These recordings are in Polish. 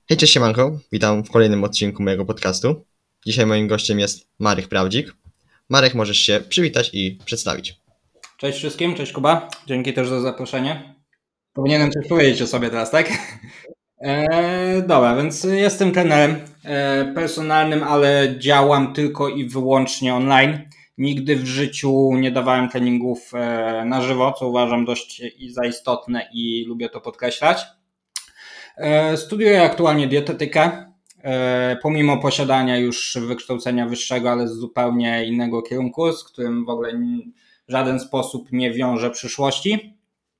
Hej, cześć siemanko, witam w kolejnym odcinku mojego podcastu. Dzisiaj moim gościem jest Marek Prawdzik. Marek, możesz się przywitać i przedstawić. Cześć wszystkim, cześć Kuba. Dzięki też za zaproszenie. Powinienem coś powiedzieć o sobie teraz, tak? Dobra, więc jestem trenerem personalnym, ale działam tylko i wyłącznie online. Nigdy w życiu nie dawałem treningów na żywo, co uważam dość za istotne i lubię to podkreślać. Studiuję aktualnie dietetykę, pomimo posiadania już wykształcenia wyższego, ale z zupełnie innego kierunku, z którym w ogóle w żaden sposób nie wiąże przyszłości.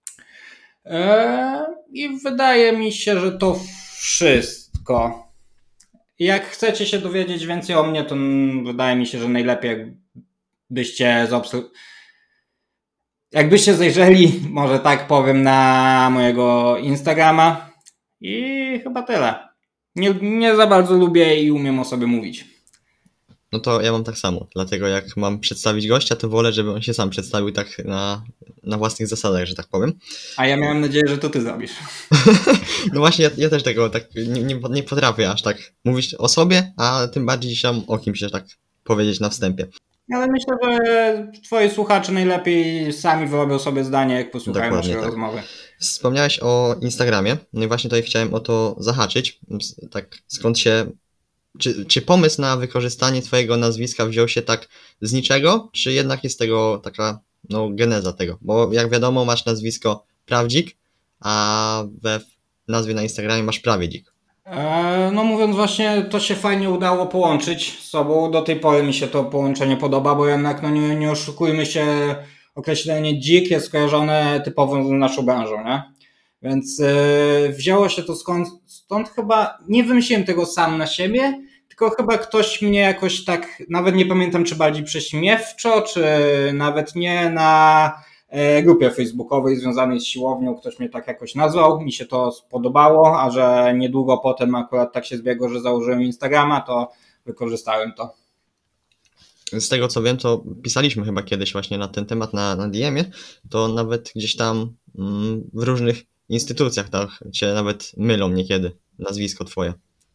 I wydaje mi się, że to wszystko. Jak chcecie się dowiedzieć więcej o mnie, to wydaje mi się, że najlepiej jakbyście zajrzeli, może tak powiem, na mojego Instagrama i chyba tyle. Nie za bardzo lubię i umiem o sobie mówić. No to ja mam tak samo, dlatego jak mam przedstawić gościa, to wolę, żeby on się sam przedstawił tak na własnych zasadach, że tak powiem. A ja miałem nadzieję, że to ty zrobisz. No właśnie, ja też tego tak nie potrafię aż tak mówić o sobie, a tym bardziej chciałem o kimś tak powiedzieć na wstępie. Ale myślę, że twoi słuchacze najlepiej sami wyrobią sobie zdanie, jak posłuchają Dokładnie naszej tak. rozmowy. Wspomniałeś o Instagramie, no i właśnie tutaj chciałem o to zahaczyć. Tak, skąd się Czy pomysł na wykorzystanie twojego nazwiska wziął się tak z niczego, czy jednak jest tego taka, geneza tego? Bo jak wiadomo, masz nazwisko Prawdzik, a we nazwie na Instagramie masz Prawiedzik. No mówiąc właśnie, to się fajnie udało połączyć z sobą. Do tej pory mi się to połączenie podoba, bo jednak nie oszukujmy się, określenie dzik jest skojarzone typowo z naszą branżą, nie? Więc wzięło się to stąd chyba, nie wymyśliłem tego sam na siebie, tylko chyba ktoś mnie jakoś tak, nawet nie pamiętam czy bardziej prześmiewczo, czy nawet nie na grupie facebookowej związanej z siłownią, ktoś mnie tak jakoś nazwał, mi się to spodobało, a że niedługo potem akurat tak się zbiegło, że założyłem Instagrama, to wykorzystałem to. Z tego co wiem, to pisaliśmy chyba kiedyś właśnie na ten temat na DM-ie, to nawet gdzieś tam w różnych instytucjach tak cię nawet mylą niekiedy nazwisko twoje.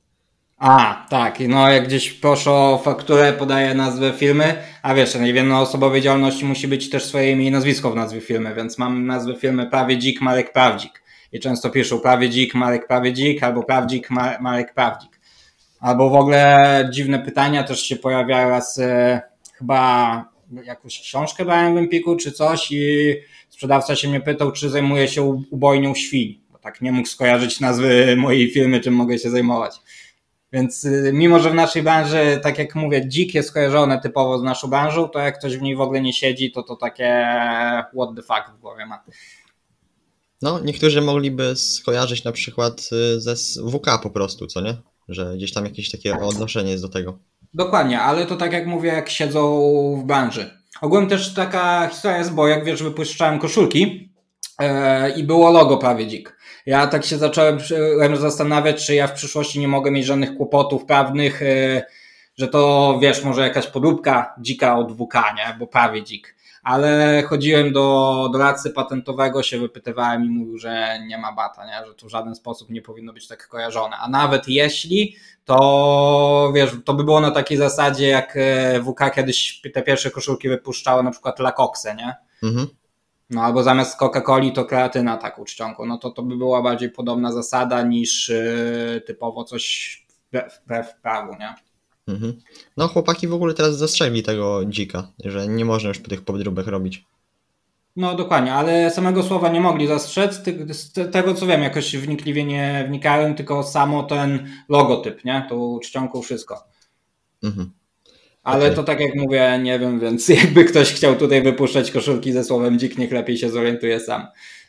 A, tak, no jak gdzieś proszę o fakturę, podaję nazwę firmy, a wiesz, w jednoosobowej działalności musi być też swoje imię i nazwisko w nazwie firmy, więc mam nazwę firmy Prawie Dzik Marek Prawdzik i często piszą Prawie Dzik Marek Prawie Dzik albo Prawdzik Marek Prawdzik. Albo w ogóle dziwne pytania też się pojawiają raz, chyba jakąś książkę brałem w Empiku czy coś i sprzedawca się mnie pytał, czy zajmuję się ubojnią świń, bo tak nie mógł skojarzyć nazwy mojej firmy, czym mogę się zajmować. Więc mimo, że w naszej branży, tak jak mówię, dzik jest skojarzone typowo z naszą branżą, to jak ktoś w niej w ogóle nie siedzi, to takie what the fuck w głowie ma. No, niektórzy mogliby skojarzyć na przykład ze WK po prostu, co nie? Że gdzieś tam jakieś takie odnoszenie jest do tego. Dokładnie, ale to tak jak mówię, jak siedzą w branży. Ogólnie też taka historia jest, bo jak wiesz, wypuszczałem koszulki i było logo Prawie Dzik. Ja tak się zacząłem zastanawiać, czy ja w przyszłości nie mogę mieć żadnych kłopotów prawnych, że to wiesz, może jakaś podróbka dzika od WK, nie? Bo Prawie Dzik. Ale chodziłem do doradcy patentowego, się wypytywałem i mówił, że nie ma bata, nie? Że to w żaden sposób nie powinno być tak kojarzone. A nawet jeśli, to wiesz, to by było na takiej zasadzie, jak WK kiedyś te pierwsze koszulki wypuszczały, na przykład Lacoxe, nie? Mhm. No albo zamiast Coca-Coli to kreatyna taką czcionką. No to by była bardziej podobna zasada niż typowo coś wbrew prawu, nie? Mhm. No chłopaki w ogóle teraz zastrzegli tego dzika, że nie można już tych podróbek robić. No dokładnie, ale samego słowa nie mogli zastrzec, z tego co wiem, jakoś wnikliwie nie wnikałem, tylko samo ten logotyp, nie? Tą czcionką wszystko. Mhm. Ale Okej. to tak jak mówię, nie wiem, więc jakby ktoś chciał tutaj wypuszczać koszulki ze słowem dzik, niech lepiej się zorientuje sam.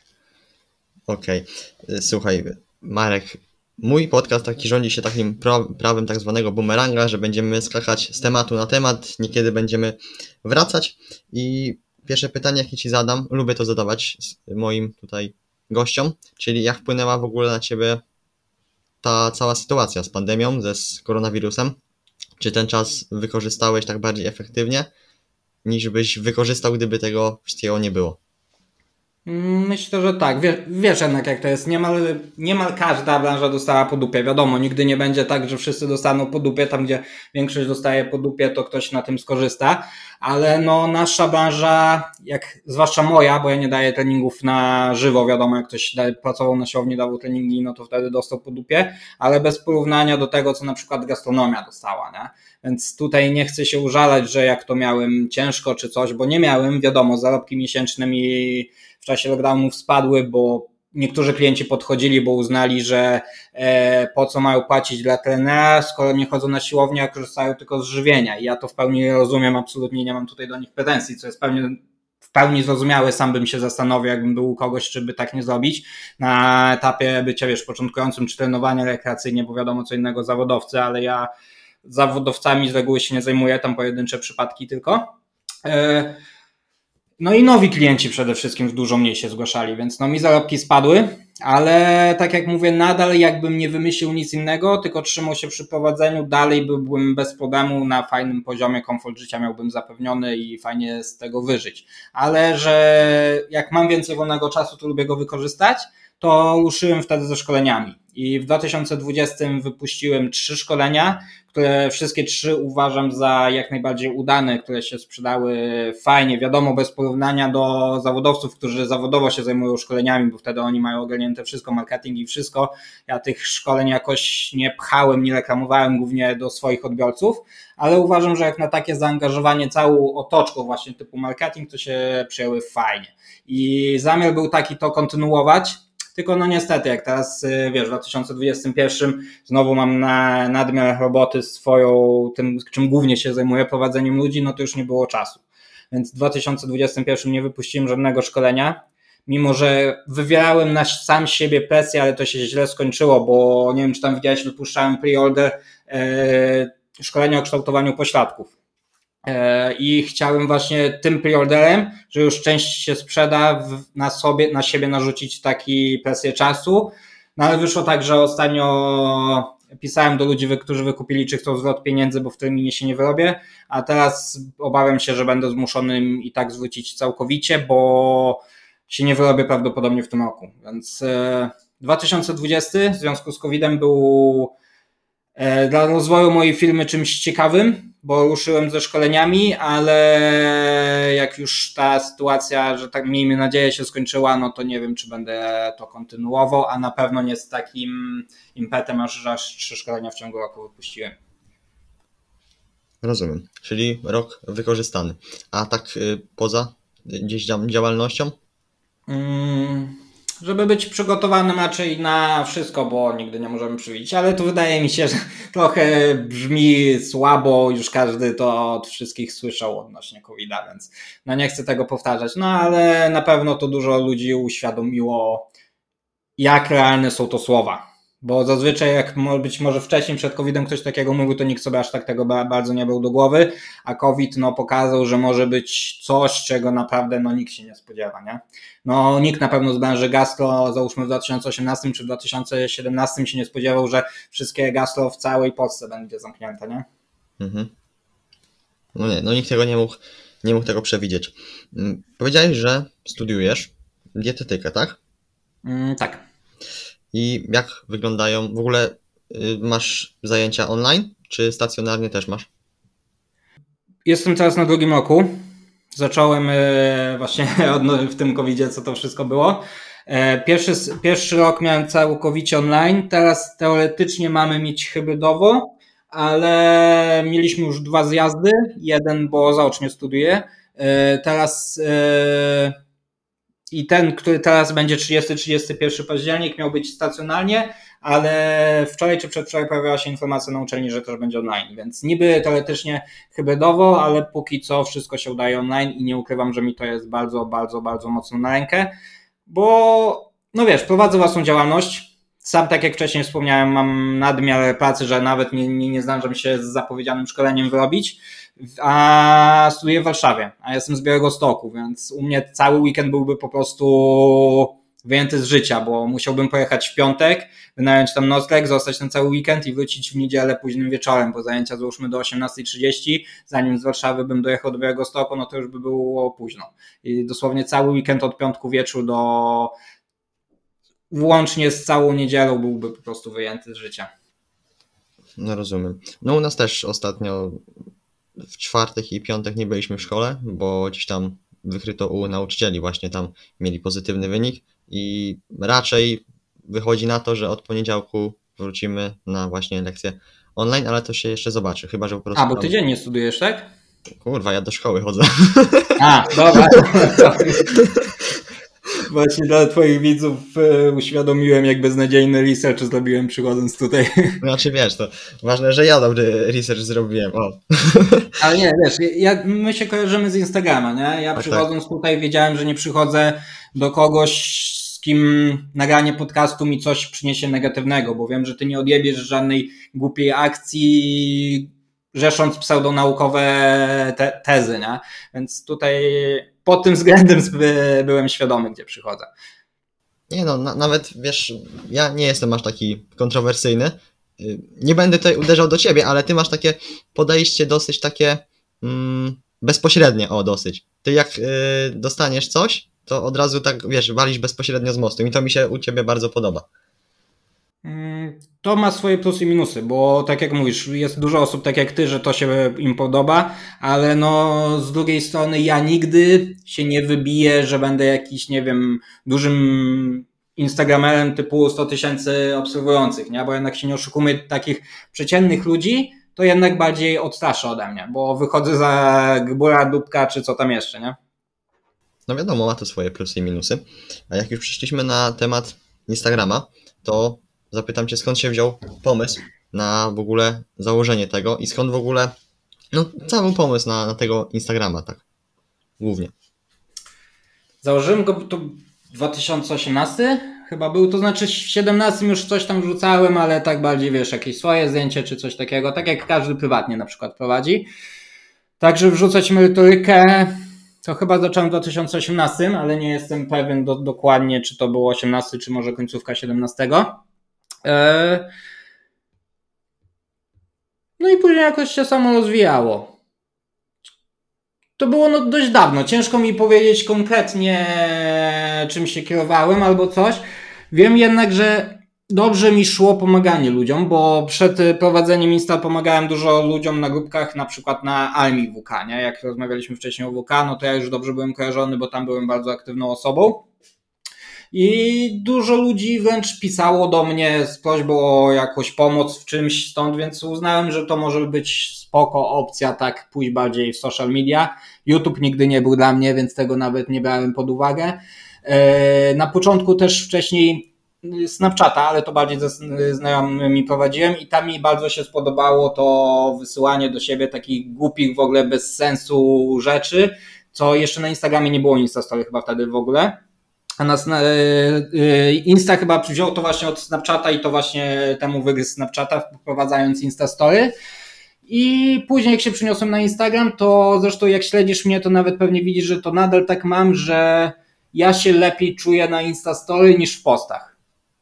Okej. Słuchaj, Marek, mój podcast taki rządzi się takim prawem tak zwanego bumeranga, że będziemy skakać z tematu na temat, niekiedy będziemy wracać i pierwsze pytanie, jakie ci zadam, lubię to zadawać moim tutaj gościom, czyli jak wpłynęła w ogóle na ciebie ta cała sytuacja z pandemią, z koronawirusem? Czy ten czas wykorzystałeś tak bardziej efektywnie, niż byś wykorzystał, gdyby tego wszystkiego nie było? Myślę, że tak. Wiesz jednak jak to jest. Niemal każda branża dostała po dupie. Wiadomo, nigdy nie będzie tak, że wszyscy dostaną po dupie. Tam, gdzie większość dostaje po dupie, to ktoś na tym skorzysta. Ale no nasza branża, zwłaszcza moja, bo ja nie daję treningów na żywo. Wiadomo, jak ktoś pracował na siłowni, dawał treningi, no to wtedy dostał po dupie. Ale bez porównania do tego, co na przykład gastronomia dostała, nie? Więc tutaj nie chcę się użalać, że jak to miałem ciężko czy coś, bo nie miałem. Wiadomo, zarobki miesięczne mi w czasie lockdownów spadły, bo niektórzy klienci podchodzili, bo uznali, że po co mają płacić dla trenera, skoro nie chodzą na siłownię, a korzystają tylko z żywienia. I ja to w pełni rozumiem, absolutnie nie mam tutaj do nich pretensji, co jest w pełni zrozumiałe. Sam bym się zastanowił, jakbym był u kogoś, czy by tak nie zrobić na etapie bycia, początkującym, czy trenowania rekreacyjnie, bo wiadomo co innego zawodowcy, ale ja zawodowcami z reguły się nie zajmuję, tam pojedyncze przypadki tylko. No i nowi klienci przede wszystkim dużo mniej się zgłaszali, więc no mi zarobki spadły, ale tak jak mówię, nadal jakbym nie wymyślił nic innego, tylko trzymał się przy prowadzeniu, dalej byłbym bez problemu na fajnym poziomie, komfort życia miałbym zapewniony i fajnie z tego wyżyć. Ale że jak mam więcej wolnego czasu, to lubię go wykorzystać, to ruszyłem wtedy ze szkoleniami. I w 2020 wypuściłem 3 szkolenia, które wszystkie 3 uważam za jak najbardziej udane, które się sprzedały fajnie, wiadomo, bez porównania do zawodowców, którzy zawodowo się zajmują szkoleniami, bo wtedy oni mają ogarnięte wszystko, marketing i wszystko. Ja tych szkoleń jakoś nie pchałem, nie reklamowałem głównie do swoich odbiorców, ale uważam, że jak na takie zaangażowanie całą otoczką właśnie typu marketing, to się przyjęły fajnie. I zamiar był taki to kontynuować, tylko no niestety, jak teraz w 2021 znowu mam nadmiar roboty tym, czym głównie się zajmuję, prowadzeniem ludzi, no to już nie było czasu. Więc w 2021 nie wypuściłem żadnego szkolenia, mimo że wywierałem na sam siebie presję, ale to się źle skończyło, bo nie wiem, czy tam widziałeś, wypuszczałem pre-order szkolenia o kształtowaniu pośladków. I chciałem właśnie tym preorderem, że już część się sprzeda, na siebie narzucić taki presję czasu, no ale wyszło tak, że ostatnio pisałem do ludzi, którzy wykupili, czy chcą zwrot pieniędzy, bo w terminie się nie wyrobię, a teraz obawiam się, że będę zmuszony i tak zwrócić całkowicie, bo się nie wyrobię prawdopodobnie w tym roku, więc 2020 w związku z COVID-em był dla rozwoju mojej firmy czymś ciekawym, bo ruszyłem ze szkoleniami, ale jak już ta sytuacja, że tak miejmy nadzieję, się skończyła, no to nie wiem, czy będę to kontynuował, a na pewno nie z takim impetem, aż 3 szkolenia w ciągu roku wypuściłem. Rozumiem. Czyli rok wykorzystany. A tak poza gdzieś działalnością? Żeby być przygotowanym raczej na wszystko, bo nigdy nie możemy przewidzieć, ale to wydaje mi się, że trochę brzmi słabo, już każdy to od wszystkich słyszał odnośnie COVID-a, więc no nie chcę tego powtarzać, no ale na pewno to dużo ludzi uświadomiło, jak realne są to słowa. Bo zazwyczaj jak być może wcześniej przed COVID-em ktoś takiego mówił, to nikt sobie aż tak tego bardzo nie brał do głowy, a COVID pokazał, że może być coś, czego naprawdę nikt się nie spodziewa, nie? No nikt na pewno z branży gastro, załóżmy w 2018 czy w 2017 się nie spodziewał, że wszystkie gastro w całej Polsce będzie zamknięte, nie? Mhm. No nie, nikt tego nie mógł tego przewidzieć. Powiedziałeś, że studiujesz dietetykę, tak? Tak. I jak wyglądają, w ogóle masz zajęcia online, czy stacjonarnie też masz? Jestem teraz na 2. roku. Zacząłem właśnie w tym COVID-zie, co to wszystko było. Pierwszy rok miałem całkowicie online, teraz teoretycznie mamy mieć hybrydowo, ale mieliśmy już 2 zjazdy, jeden, bo zaocznie studiuję. Teraz i ten, który teraz będzie 30-31 październik, miał być stacjonalnie, ale wczoraj czy przedwczoraj pojawiła się informacja na uczelni, że też będzie online, więc niby teoretycznie hybrydowo, ale póki co wszystko się udaje online i nie ukrywam, że mi to jest bardzo, bardzo, bardzo mocno na rękę, bo prowadzę własną działalność. Sam, tak jak wcześniej wspomniałem, mam nadmiar pracy, że nawet nie zdążam się z zapowiedzianym szkoleniem wyrobić, a studiuję w Warszawie, a jestem z Białegostoku, więc u mnie cały weekend byłby po prostu wyjęty z życia, bo musiałbym pojechać w piątek, wynająć tam nocleg, zostać ten cały weekend i wrócić w niedzielę późnym wieczorem, bo zajęcia załóżmy do 18:30, zanim z Warszawy bym dojechał do Białegostoku, no to już by było późno. I dosłownie cały weekend od piątku wieczór do włącznie z całą niedzielą byłby po prostu wyjęty z życia. No rozumiem. No u nas też ostatnio w czwartek i piątek nie byliśmy w szkole, bo gdzieś tam wykryto u nauczycieli właśnie tam mieli pozytywny wynik i raczej wychodzi na to, że od poniedziałku wrócimy na właśnie lekcje online, ale to się jeszcze zobaczy, chyba że po prostu A, bo tam... ty dziennie studujesz, tak? Kurwa, ja do szkoły chodzę. A, dobra. Właśnie dla twoich widzów uświadomiłem, jak beznadziejny research zrobiłem przychodząc tutaj. Znaczy wiesz, to ważne, że ja dobry research zrobiłem, o. Ale nie, wiesz, my się kojarzymy z Instagrama, nie? Ja Tak, przychodząc tutaj wiedziałem, że nie przychodzę do kogoś, z kim nagranie podcastu mi coś przyniesie negatywnego, bo wiem, że ty nie odjebiesz żadnej głupiej akcji, rzesząc pseudonaukowe tezy, nie? Więc tutaj pod tym względem byłem świadomy, gdzie przychodzę. Nie no, nawet wiesz, ja nie jestem aż taki kontrowersyjny. Nie będę tutaj uderzał do ciebie, ale ty masz takie podejście dosyć takie bezpośrednie, o dosyć. Ty jak dostaniesz coś, to od razu tak, wiesz, walisz bezpośrednio z mostu i to mi się u ciebie bardzo podoba. To ma swoje plusy i minusy, bo tak jak mówisz, jest dużo osób tak jak ty, że to się im podoba, ale no z drugiej strony ja nigdy się nie wybiję, że będę jakiś, nie wiem, dużym instagramerem typu 100 000 obserwujących, nie? Bo jednak się nie oszukujmy, takich przeciętnych ludzi to jednak bardziej odstrasza ode mnie, bo wychodzę za Gbura, Dupka czy co tam jeszcze, nie? No wiadomo, ma to swoje plusy i minusy. A jak już przyszliśmy na temat Instagrama, to zapytam cię, skąd się wziął pomysł na w ogóle założenie tego i skąd w ogóle, no cały pomysł na tego Instagrama, tak, głównie. Założyłem go to 2018 chyba był, to znaczy w 17 już coś tam wrzucałem, ale tak bardziej wiesz, jakieś swoje zdjęcie czy coś takiego, tak jak każdy prywatnie na przykład prowadzi. Także wrzucać merytorykę to chyba zacząłem w 2018, ale nie jestem pewien dokładnie, czy to było 18, czy może końcówka 17. No i później jakoś się samo rozwijało. To było no dość dawno. Ciężko mi powiedzieć konkretnie, czym się kierowałem albo coś. Wiem jednak, że dobrze mi szło pomaganie ludziom, bo przed prowadzeniem Insta pomagałem dużo ludziom na grupkach, na przykład na Armii WK, nie? Jak rozmawialiśmy wcześniej o WK, no to ja już dobrze byłem kojarzony, bo tam byłem bardzo aktywną osobą. I dużo ludzi wręcz pisało do mnie z prośbą o jakąś pomoc w czymś stąd, więc uznałem, że to może być spoko opcja, tak pójść bardziej w social media. YouTube nigdy nie był dla mnie, więc tego nawet nie brałem pod uwagę. Na początku też wcześniej Snapchata, ale to bardziej ze znajomymi prowadziłem i tam mi bardzo się spodobało to wysyłanie do siebie takich głupich w ogóle bez sensu rzeczy, co jeszcze na Instagramie nie było Instastory chyba wtedy w ogóle. A Insta chyba wziął to właśnie od Snapchata i to właśnie temu wygryzł Snapchata, wprowadzając Instastory. I później jak się przyniosłem na Instagram, to zresztą jak śledzisz mnie, to nawet pewnie widzisz, że to nadal tak mam, że ja się lepiej czuję na Instastory niż w postach.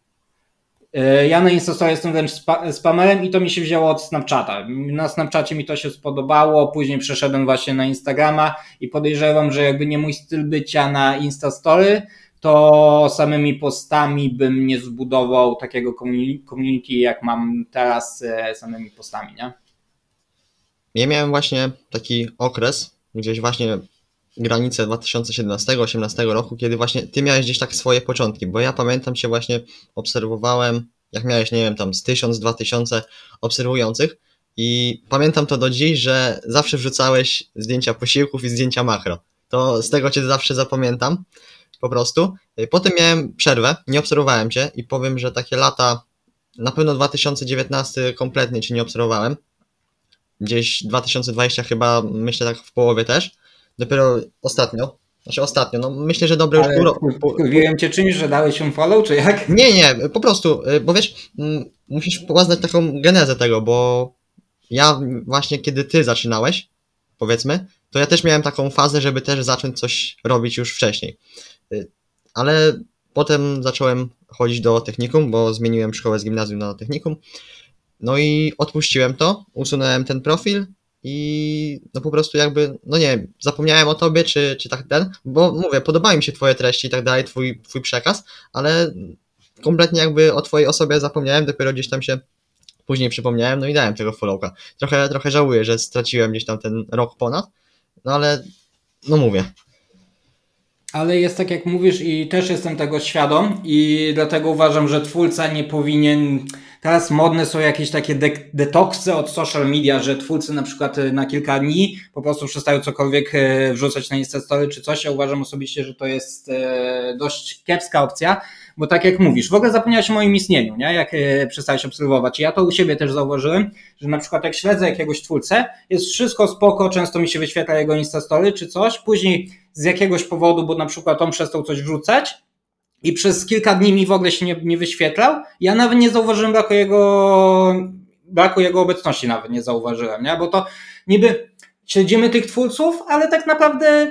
Ja na Instastory jestem wręcz spamerem i to mi się wzięło od Snapchata. Na Snapchacie mi to się spodobało, później przeszedłem właśnie na Instagrama i podejrzewam, że jakby nie mój styl bycia na Instastory, to samymi postami bym nie zbudował takiego community, jak mam teraz samymi postami, nie? Ja miałem właśnie taki okres, gdzieś właśnie granice 2017-18 roku, kiedy właśnie ty miałeś gdzieś tak swoje początki, bo ja pamiętam cię właśnie obserwowałem, jak miałeś, nie wiem, tam z 1000-2000 obserwujących i pamiętam to do dziś, że zawsze wrzucałeś zdjęcia posiłków i zdjęcia makro. To z tego cię zawsze zapamiętam, po prostu. Potem miałem przerwę, nie obserwowałem cię i powiem, że takie lata, na pewno 2019 kompletnie cię nie obserwowałem, gdzieś 2020 chyba, myślę tak w połowie też. Dopiero ostatnio, no myślę, że dobre już Ale wiem cię czymś, że dałeś się follow, czy jak? Nie, po prostu, bo wiesz, musisz poznać taką genezę tego, bo ja właśnie kiedy ty zaczynałeś, powiedzmy, to ja też miałem taką fazę, żeby też zacząć coś robić już wcześniej. Ale Potem zacząłem chodzić do technikum, bo zmieniłem szkołę z gimnazjum na technikum. No i odpuściłem to, usunąłem ten profil i no po prostu jakby, no nie wiem, zapomniałem o tobie, czy tak ten, bo mówię, podobają mi się twoje treści i tak dalej, twój przekaz, ale kompletnie jakby o twojej osobie zapomniałem, dopiero gdzieś tam się później przypomniałem, no i dałem tego followka. Trochę żałuję, że straciłem gdzieś tam ten rok ponad, no ale, no mówię. Ale jest tak jak mówisz i też jestem tego świadom i dlatego uważam, że twórca nie powinien... Teraz modne są jakieś takie detoksy od social media, że twórcy na przykład na kilka dni po prostu przestają cokolwiek wrzucać na Instastory czy coś. Ja uważam osobiście, że to jest dość kiepska opcja, bo tak jak mówisz, w ogóle zapomniałeś o moim istnieniu, nie? Jak przestałeś obserwować. I ja to u siebie też zauważyłem, że na przykład jak śledzę jakiegoś twórcę, jest wszystko spoko, często mi się wyświetla jego Instastory czy coś, później z jakiegoś powodu, bo na przykład on przestał coś wrzucać i przez kilka dni mi w ogóle się nie wyświetlał, ja nawet nie zauważyłem braku jego obecności, nawet nie zauważyłem, nie? Bo to niby śledzimy tych twórców, ale tak naprawdę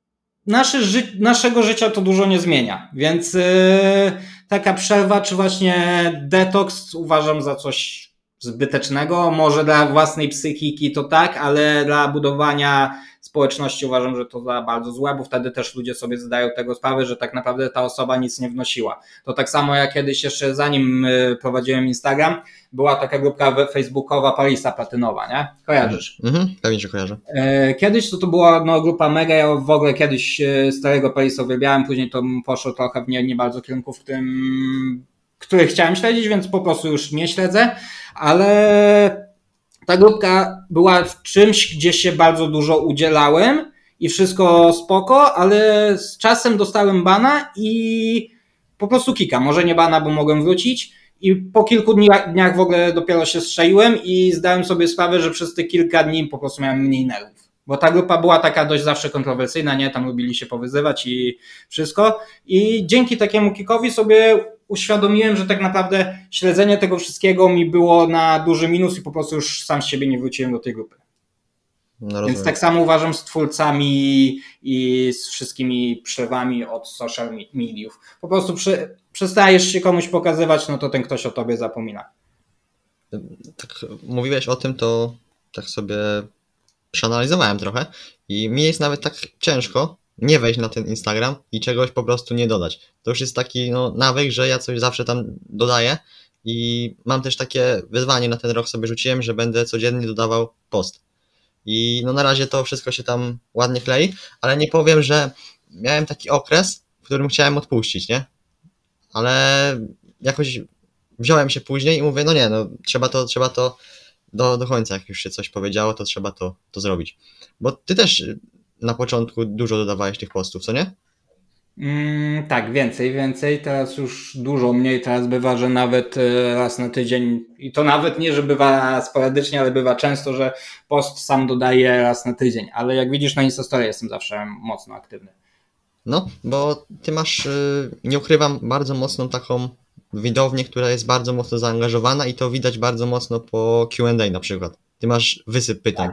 naszego życia to dużo nie zmienia, więc taka przerwa, czy właśnie detoks uważam za coś zbytecznego, może dla własnej psychiki to tak, ale dla budowania społeczności uważam, że to za bardzo złe, bo wtedy też ludzie sobie zdają tego sprawę, że tak naprawdę ta osoba nic nie wnosiła. To tak samo jak kiedyś jeszcze zanim prowadziłem Instagram, była taka grupka facebookowa Parisa Platynowa, nie? Kojarzysz? Pewnie, że kojarzę. Kiedyś to była no, grupa mega, ja w ogóle kiedyś starego Parisa uwielbiałem, później to poszło trochę w nie bardzo kierunku, który chciałem śledzić, więc po prostu już nie śledzę, ale ta grupka była w czymś, gdzie się bardzo dużo udzielałem i wszystko spoko, ale z czasem dostałem bana i po prostu kika, może nie bana, bo mogłem wrócić i po kilku dniach w ogóle dopiero się strzeliłem i zdałem sobie sprawę, że przez te kilka dni po prostu miałem mniej nerwów. Bo ta grupa była taka dość zawsze kontrowersyjna, nie? Tam lubili się powyzywać i wszystko. I dzięki takiemu kikowi sobie uświadomiłem, że tak naprawdę śledzenie tego wszystkiego mi było na duży minus i po prostu już sam z siebie nie wróciłem do tej grupy. No, Więc tak samo uważam z twórcami i z wszystkimi przerwami od social mediów. Po prostu przestajesz się komuś pokazywać, no to ten ktoś o tobie zapomina. Tak mówiłeś o tym, to tak sobie przeanalizowałem trochę i mi jest nawet tak ciężko nie wejść na ten Instagram i czegoś po prostu nie dodać. To już jest taki no, nawyk, że ja coś zawsze tam dodaję i mam też takie wyzwanie na ten rok sobie rzuciłem, że będę codziennie dodawał post. I no na razie to wszystko się tam ładnie klei, ale nie powiem, że miałem taki okres, w którym chciałem odpuścić, nie? Ale jakoś wziąłem się później i mówię, no nie, no trzeba to do końca, jak już się coś powiedziało, to trzeba to zrobić. Bo ty też na początku dużo dodawałeś tych postów, co nie? Tak, więcej, teraz już dużo mniej, teraz bywa, że nawet raz na tydzień i to nawet nie, że bywa sporadycznie, ale bywa często, że post sam dodaję raz na tydzień, ale jak widzisz na Instastory jestem zawsze mocno aktywny. No, bo ty masz, nie ukrywam, bardzo mocną taką widownię, która jest bardzo mocno zaangażowana i to widać bardzo mocno po Q&A na przykład. Ty masz wysyp pytań.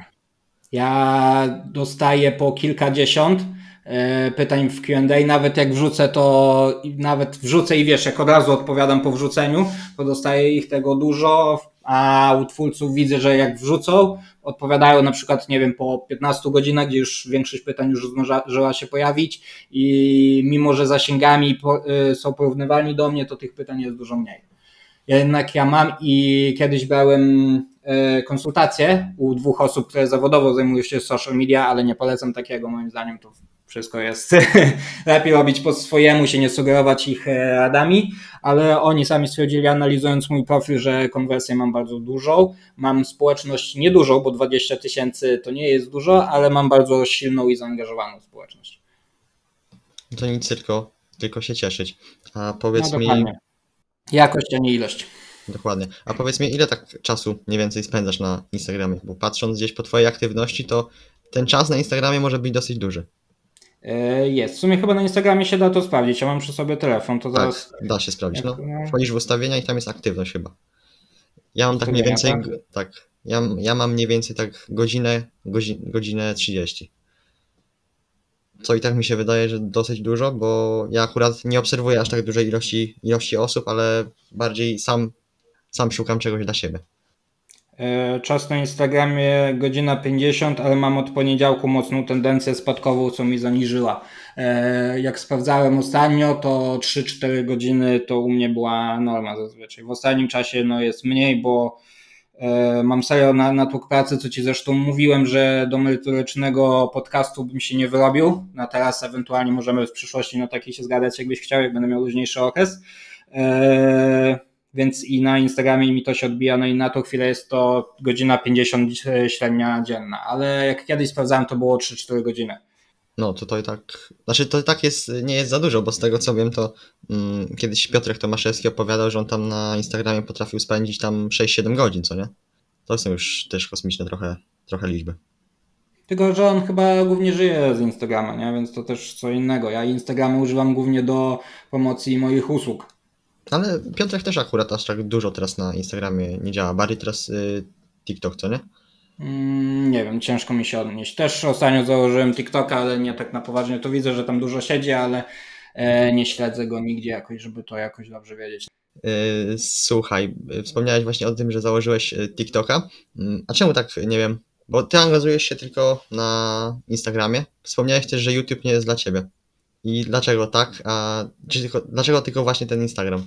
Ja dostaję po kilkadziesiąt pytań w Q&A, nawet jak wrzucę to, nawet wrzucę i wiesz, jak od razu odpowiadam po wrzuceniu, to dostaję ich tego dużo, a u twórców widzę, że jak wrzucą, odpowiadają na przykład, nie wiem, po 15 godzinach, gdzie już większość pytań już zdążyła się pojawić i mimo, że zasięgami są porównywalni do mnie, to tych pytań jest dużo mniej. Jednak ja mam i kiedyś brałem konsultacje u 2 osób, które zawodowo zajmują się social media, ale nie polecam takiego, moim zdaniem to wszystko jest lepiej robić po swojemu, się nie sugerować ich radami, ale oni sami stwierdzili, analizując mój profil, że konwersję mam bardzo dużą, mam społeczność niedużą, bo 20 000 to nie jest dużo, ale mam bardzo silną i zaangażowaną społeczność. To nic, tylko się cieszyć. A powiedz No mi, dokładnie. Jakość, a nie ilość. dokładnie, a powiedz mi, ile tak czasu mniej więcej spędzasz na Instagramie? Bo patrząc gdzieś po twojej aktywności, to ten czas na Instagramie może być dosyć duży. Jest. W sumie chyba na Instagramie się da to sprawdzić. Ja mam przy sobie telefon, to zaraz. Tak, da się sprawdzić. No, wchodzisz w ustawienia i tam jest aktywność chyba. Ja mam tak mniej Ustawienia, więcej, tak? tak, ja mam mniej więcej tak godzinę 30. co i tak mi się wydaje, że dosyć dużo, bo ja akurat nie obserwuję aż tak dużej ilości osób, ale bardziej sam szukam czegoś dla siebie. Czas na Instagramie godzina 50, ale mam od poniedziałku mocną tendencję spadkową, co mi zaniżyła. Jak sprawdzałem ostatnio, to 3-4 godziny to u mnie była norma zazwyczaj. W ostatnim czasie jest mniej, bo mam serio natłok pracy, co ci zresztą mówiłem, że do merytorycznego podcastu bym się nie wyrobił. Na teraz ewentualnie możemy w przyszłości na taki się zgadać, jakbyś chciał, jak będę miał luźniejszy okres. Więc i na Instagramie mi to się odbija, no i na tą chwilę jest to godzina 50 średnia dzienna, ale jak kiedyś sprawdzałem, to było 3-4 godziny. No to i tak, znaczy to i tak nie jest za dużo, bo z tego co wiem, to kiedyś Piotrek Tomaszewski opowiadał, że on tam na Instagramie potrafił spędzić tam 6-7 godzin, co nie? To są już też kosmiczne trochę liczby. Tylko, że on chyba głównie żyje z Instagrama, nie? Więc to też co innego. Ja Instagrama używam głównie do promocji moich usług. Ale Piotrek też akurat aż tak dużo teraz na Instagramie nie działa, bardziej teraz TikTok, co nie? Nie wiem, ciężko mi się odnieść. Też ostatnio założyłem TikToka, ale nie tak na poważnie. To widzę, że tam dużo siedzi, ale nie śledzę go nigdzie jakoś, żeby to jakoś dobrze wiedzieć. Słuchaj, wspomniałeś właśnie o tym, że założyłeś TikToka. A czemu tak, nie wiem, bo ty angażujesz się tylko na Instagramie. Wspomniałeś też, że YouTube nie jest dla ciebie. I dlaczego tak? Dlaczego tylko właśnie ten Instagram?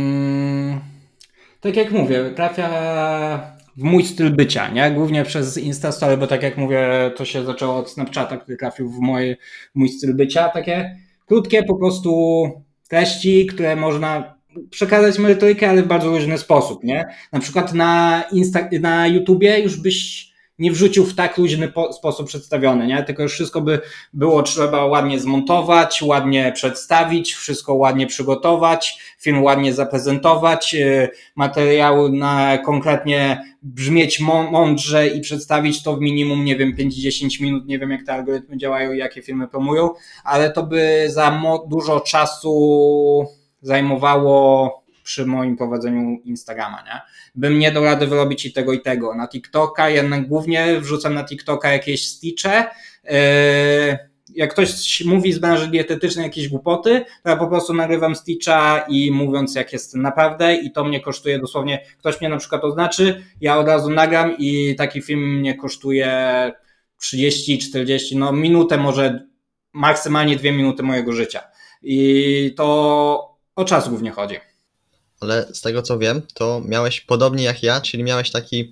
Tak jak mówię, trafia w mój styl bycia, nie? Głównie przez Instastory, bo tak jak mówię, to się zaczęło od Snapchata, który trafił w mój styl bycia. Takie krótkie po prostu treści, które można przekazać merytorykę, ale w bardzo różny sposób, nie? Na przykład na YouTubie już byś nie wrzucił w tak luźny sposób przedstawiony, nie? Tylko już wszystko by było trzeba ładnie zmontować, ładnie przedstawić, wszystko ładnie przygotować, film ładnie zaprezentować, materiał na konkretnie brzmieć mądrze i przedstawić to w minimum, nie wiem, 5-10 minut, nie wiem jak te algorytmy działają i jakie filmy promują, ale to by za dużo czasu zajmowało przy moim prowadzeniu Instagrama, nie? Bym nie dał rady wyrobić i tego. Na TikToka jednak głównie wrzucam na TikToka jakieś stitche. Jak ktoś mówi z branży dietetycznej jakieś głupoty, to ja po prostu nagrywam stitcha i mówiąc jak jest naprawdę i to mnie kosztuje dosłownie, ktoś mnie na przykład oznaczy, ja od razu nagram i taki film mnie kosztuje 30-40, minutę, może maksymalnie 2 minuty mojego życia. I to o czas głównie chodzi. Ale z tego co wiem, to miałeś podobnie jak ja, czyli miałeś taki,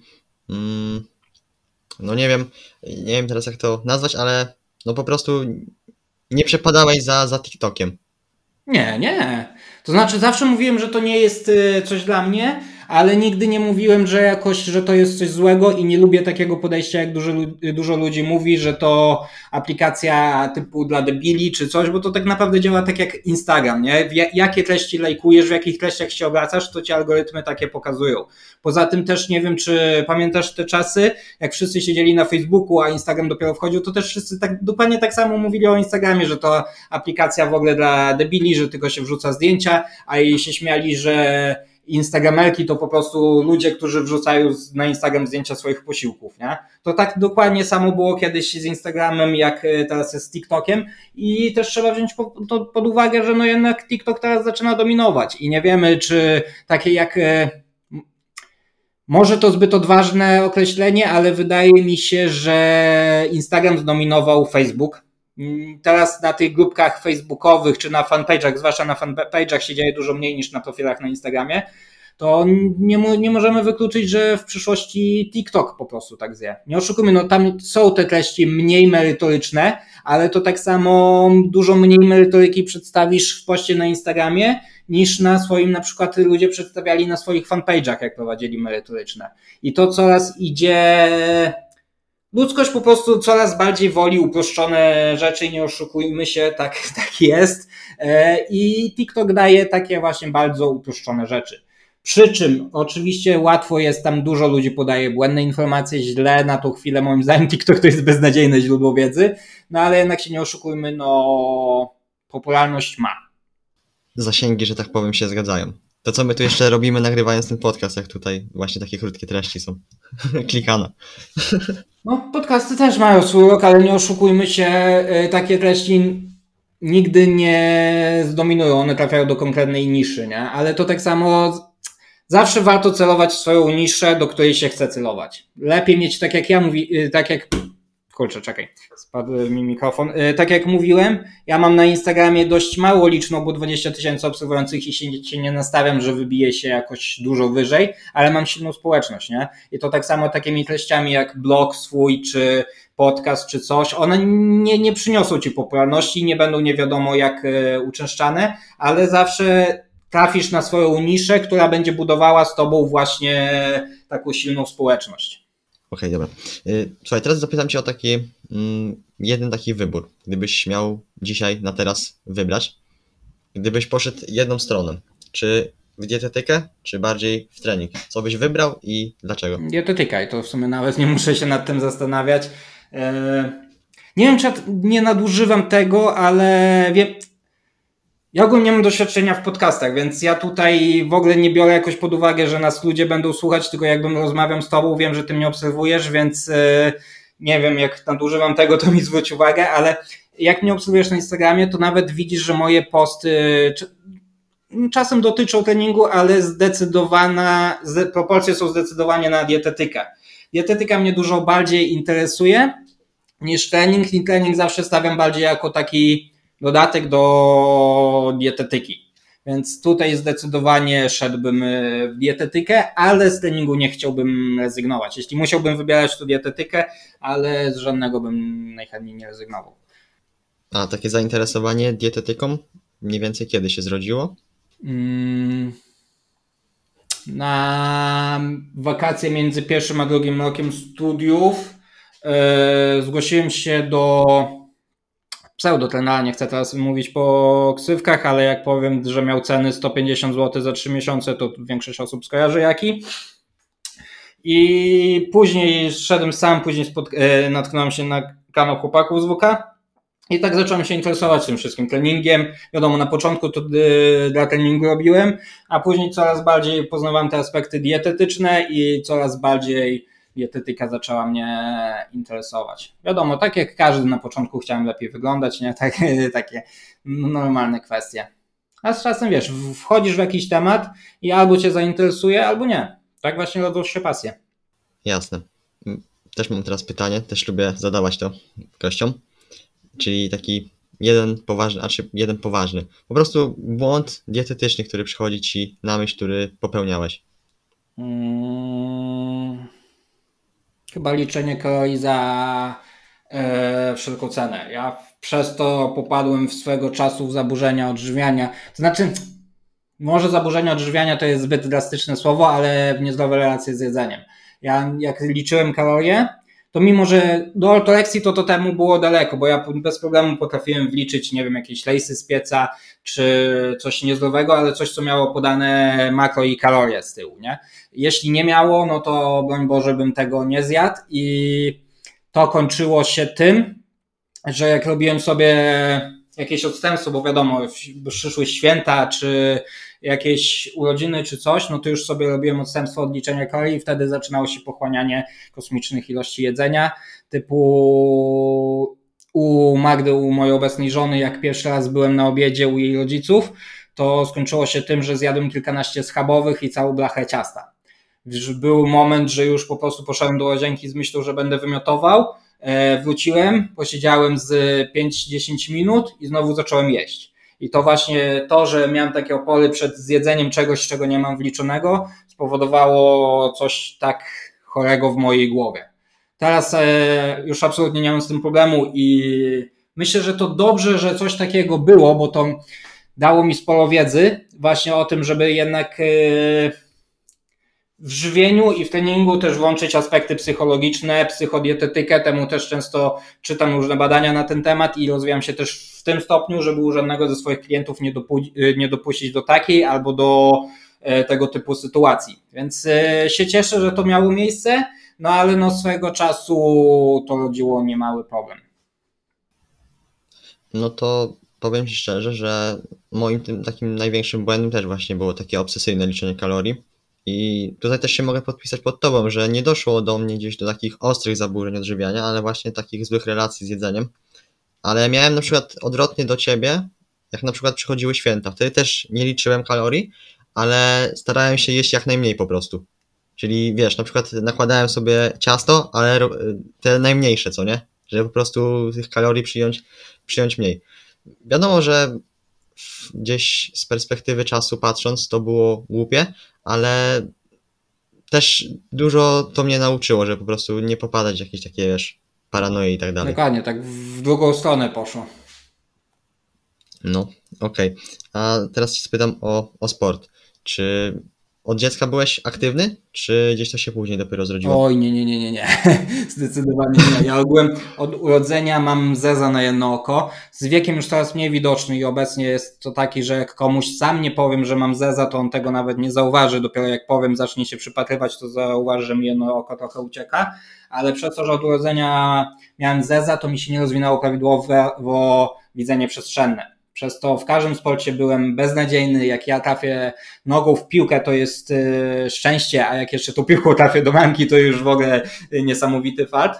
no nie wiem teraz jak to nazwać, ale no po prostu nie przepadałeś za TikTokiem. Nie. To znaczy zawsze mówiłem, że to nie jest coś dla mnie, ale nigdy nie mówiłem, że to jest coś złego i nie lubię takiego podejścia, jak dużo ludzi mówi, że to aplikacja typu dla debili czy coś, bo to tak naprawdę działa tak jak Instagram, nie? Jakie treści lajkujesz, w jakich treściach się obracasz, to ci algorytmy takie pokazują. Poza tym też nie wiem, czy pamiętasz te czasy, jak wszyscy siedzieli na Facebooku, a Instagram dopiero wchodził, to też wszyscy dokładnie tak samo mówili o Instagramie, że to aplikacja w ogóle dla debili, że tylko się wrzuca zdjęcia, a i się śmiali, że instagramerki to po prostu ludzie, którzy wrzucają na Instagram zdjęcia swoich posiłków, nie? To tak dokładnie samo było kiedyś z Instagramem, jak teraz jest z TikTokiem i też trzeba wziąć pod uwagę, że jednak TikTok teraz zaczyna dominować i nie wiemy, czy takie jak może to zbyt odważne określenie, ale wydaje mi się, że Instagram zdominował Facebook. Teraz na tych grupkach facebookowych czy na fanpage'ach, zwłaszcza na fanpage'ach się dzieje dużo mniej niż na profilach na Instagramie, to nie możemy wykluczyć, że w przyszłości TikTok po prostu tak zje. Nie oszukujmy, tam są te treści mniej merytoryczne, ale to tak samo dużo mniej merytoryki przedstawisz w poście na Instagramie, niż na swoim, na przykład ludzie przedstawiali na swoich fanpage'ach, jak prowadzili merytoryczne. I to coraz idzie... Ludzkość po prostu coraz bardziej woli uproszczone rzeczy i nie oszukujmy się, tak jest. I TikTok daje takie właśnie bardzo uproszczone rzeczy. Przy czym oczywiście łatwo jest, tam dużo ludzi podaje błędne informacje, źle na tą chwilę moim zdaniem TikTok to jest beznadziejne źródło wiedzy, ale jednak się nie oszukujmy, popularność ma. Zasięgi, że tak powiem, się zgadzają. To co my tu jeszcze robimy nagrywając ten podcast, jak tutaj właśnie takie krótkie treści są. Klikana. No, podcasty też mają swój rok, ale nie oszukujmy się, takie treści nigdy nie zdominują, one trafiają do konkretnej niszy, nie? Ale to tak samo zawsze warto celować w swoją niszę, do której się chce celować. Lepiej mieć, tak jak ja mówię, kurczę, czekaj, spadł mi mikrofon. Tak jak mówiłem, ja mam na Instagramie dość mało liczną, bo 20 000 obserwujących i się nie nastawiam, że wybije się jakoś dużo wyżej, ale mam silną społeczność, nie? I to tak samo takimi treściami jak blog swój, czy podcast, czy coś, one nie przyniosą ci popularności, nie będą nie wiadomo jak uczęszczane, ale zawsze trafisz na swoją niszę, która będzie budowała z tobą właśnie taką silną społeczność. Okej, dobra. Słuchaj, teraz zapytam cię o taki jeden taki wybór. Gdybyś miał dzisiaj na teraz wybrać, gdybyś poszedł jedną stroną, czy w dietetykę, czy bardziej w trening? Co byś wybrał i dlaczego? Dietetyka i to w sumie nawet nie muszę się nad tym zastanawiać. Nie wiem, czy nie nadużywam tego, ale wiem, ja ogólnie mam doświadczenia w podcastach, więc ja tutaj w ogóle nie biorę jakoś pod uwagę, że nas ludzie będą słuchać, tylko jakbym rozmawiam z tobą, wiem, że ty mnie obserwujesz, więc nie wiem, jak nadużywam tego, to mi zwróć uwagę, ale jak mnie obserwujesz na Instagramie, to nawet widzisz, że moje posty czasem dotyczą treningu, ale proporcje są zdecydowanie na dietetykę. Dietetyka mnie dużo bardziej interesuje niż trening i trening zawsze stawiam bardziej jako taki dodatek do dietetyki. Więc tutaj zdecydowanie szedłbym w dietetykę, ale z treningu nie chciałbym rezygnować. Jeśli musiałbym wybierać, to dietetykę, ale z żadnego bym najchętniej nie rezygnował. A takie zainteresowanie dietetyką mniej więcej kiedy się zrodziło? Na wakacje między pierwszym a drugim rokiem studiów zgłosiłem się do pseudotrenera, nie chcę teraz mówić po ksywkach, ale jak powiem, że miał ceny 150 zł za 3 miesiące, to większość osób skojarzy jaki. I później szedłem sam, później natknąłem się na kanał chłopaków z WK i tak zacząłem się interesować tym wszystkim treningiem. Wiadomo, na początku to dla treningu robiłem, a później coraz bardziej poznawałem te aspekty dietetyczne i coraz bardziej dietetyka zaczęła mnie interesować. Wiadomo, tak jak każdy na początku chciałem lepiej wyglądać, nie? Takie normalne kwestie. A z czasem wiesz, wchodzisz w jakiś temat i albo cię zainteresuje, albo nie. Tak właśnie rodzą się pasje. Jasne. Też mam teraz pytanie, też lubię zadawać to gościom. Czyli taki jeden poważny. Po prostu błąd dietetyczny, który przychodzi ci na myśl, który popełniałeś. Chyba liczenie kalorii za wszelką cenę. Ja przez to popadłem swego czasu w zaburzenia odżywiania. To znaczy, może zaburzenia odżywiania to jest zbyt drastyczne słowo, ale w niezdrowe relacje z jedzeniem. Ja jak liczyłem kalorie, to mimo, że do ortoreksji to temu było daleko, bo ja bez problemu potrafiłem wliczyć, nie wiem, jakieś lejsy z pieca, czy coś niezdrowego, ale coś, co miało podane makro i kalorie z tyłu, nie? Jeśli nie miało, no to broń Boże bym tego nie zjadł i to kończyło się tym, że jak robiłem sobie jakieś odstępstwo, bo wiadomo, przyszły święta, czy jakieś urodziny, czy coś, no to już sobie robiłem odstępstwo od liczenia kalorii i wtedy zaczynało się pochłanianie kosmicznych ilości jedzenia, typu u Magdy, u mojej obecnej żony, jak pierwszy raz byłem na obiedzie u jej rodziców, to skończyło się tym, że zjadłem kilkanaście schabowych i całą blachę ciasta. Był moment, że już po prostu poszedłem do łazienki z myślą, że będę wymiotował, wróciłem, posiedziałem z 5-10 minut i znowu zacząłem jeść. I to właśnie to, że miałem takie opory przed zjedzeniem czegoś, czego nie mam wliczonego, spowodowało coś tak chorego w mojej głowie. Teraz już absolutnie nie mam z tym problemu i myślę, że to dobrze, że coś takiego było, bo to dało mi sporo wiedzy właśnie o tym, żeby jednak w żywieniu i w treningu też włączyć aspekty psychologiczne, psychodietetykę, temu też często czytam różne badania na ten temat i rozwijam się też w tym stopniu, żeby u żadnego ze swoich klientów nie dopuścić do takiej albo do tego typu sytuacji. Więc się cieszę, że to miało miejsce, no ale swego czasu to rodziło niemały problem. No to powiem Ci szczerze, że moim tym takim największym błędem też właśnie było takie obsesyjne liczenie kalorii. I tutaj też się mogę podpisać pod Tobą, że nie doszło do mnie gdzieś do takich ostrych zaburzeń odżywiania, ale właśnie takich złych relacji z jedzeniem. Ale miałem na przykład odwrotnie do Ciebie, jak na przykład przychodziły święta. Wtedy też nie liczyłem kalorii, ale starałem się jeść jak najmniej po prostu. Czyli wiesz, na przykład nakładałem sobie ciasto, ale te najmniejsze, co nie? Żeby po prostu tych kalorii przyjąć mniej. Wiadomo, że gdzieś z perspektywy czasu patrząc to było głupie, ale też dużo to mnie nauczyło, że po prostu nie popadać w jakieś takie, wiesz, paranoje i tak dalej. Dokładnie, tak w drugą stronę poszło. No, okej. A teraz Ci spytam o sport. Czy od dziecka byłeś aktywny, czy gdzieś to się później dopiero zrodziło? Oj, nie. Zdecydowanie nie. Ja ogółem od urodzenia mam zeza na jedno oko. Z wiekiem już coraz mniej widoczny i obecnie jest to taki, że jak komuś sam nie powiem, że mam zeza, to on tego nawet nie zauważy. Dopiero jak powiem, zacznie się przypatrywać, to zauważy, że mi jedno oko trochę ucieka. Ale przez to, że od urodzenia miałem zeza, to mi się nie rozwinęło prawidłowo widzenie przestrzenne. Przez to w każdym sporcie byłem beznadziejny. Jak ja trafię nogą w piłkę, to jest szczęście, a jak jeszcze tą piłką trafię do bramki, to już w ogóle niesamowity fart.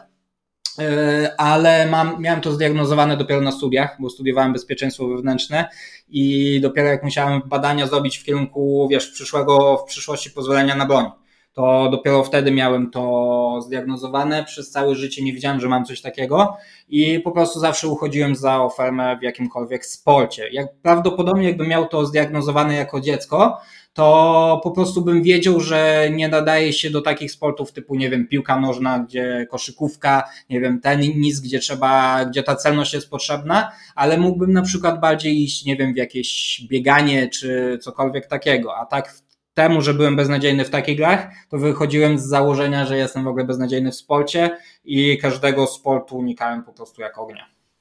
Ale miałem to zdiagnozowane dopiero na studiach, bo studiowałem bezpieczeństwo wewnętrzne i dopiero jak musiałem badania zrobić w kierunku, wiesz, w przyszłości pozwolenia na broń, to dopiero wtedy miałem to zdiagnozowane. Przez całe życie nie wiedziałem, że mam coś takiego i po prostu zawsze uchodziłem za ofermę w jakimkolwiek sporcie. Prawdopodobnie jakbym miał to zdiagnozowane jako dziecko, to po prostu bym wiedział, że nie nadaje się do takich sportów typu, nie wiem, piłka nożna, gdzie koszykówka, nie wiem, tenis, gdzie ta celność jest potrzebna, ale mógłbym na przykład bardziej iść, nie wiem, w jakieś bieganie czy cokolwiek takiego, a tak temu, że byłem beznadziejny w takich grach, to wychodziłem z założenia, że jestem w ogóle beznadziejny w sporcie i każdego sportu unikałem po prostu jak ognia.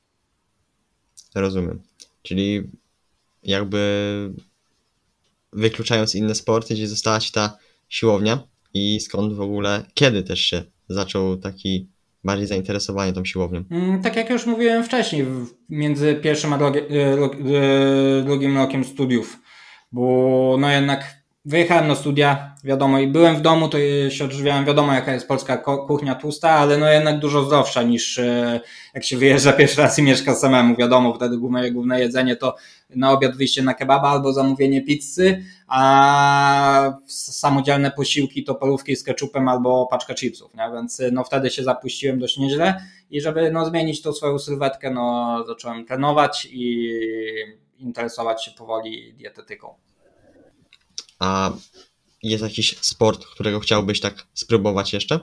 Rozumiem. Czyli jakby wykluczając inne sporty, gdzie została Ci ta siłownia i skąd w ogóle, kiedy też się zaczął taki bardziej zainteresowanie tą siłownią? Tak jak już mówiłem wcześniej, między pierwszym a drugim rokiem studiów, bo no jednak wyjechałem na studia, wiadomo, i byłem w domu, to się odżywiałem, wiadomo jaka jest polska kuchnia tłusta, ale no jednak dużo zdrowsza niż jak się wyjeżdża pierwszy raz i mieszka samemu, wiadomo, wtedy główne jedzenie to na obiad wyjście na kebaba albo zamówienie pizzy, a samodzielne posiłki to parówki z ketchupem albo paczka chipsów, nie? Więc no wtedy się zapuściłem dość nieźle i żeby no zmienić tą swoją sylwetkę, no zacząłem trenować i interesować się powoli dietetyką. A jest jakiś sport, którego chciałbyś tak spróbować jeszcze?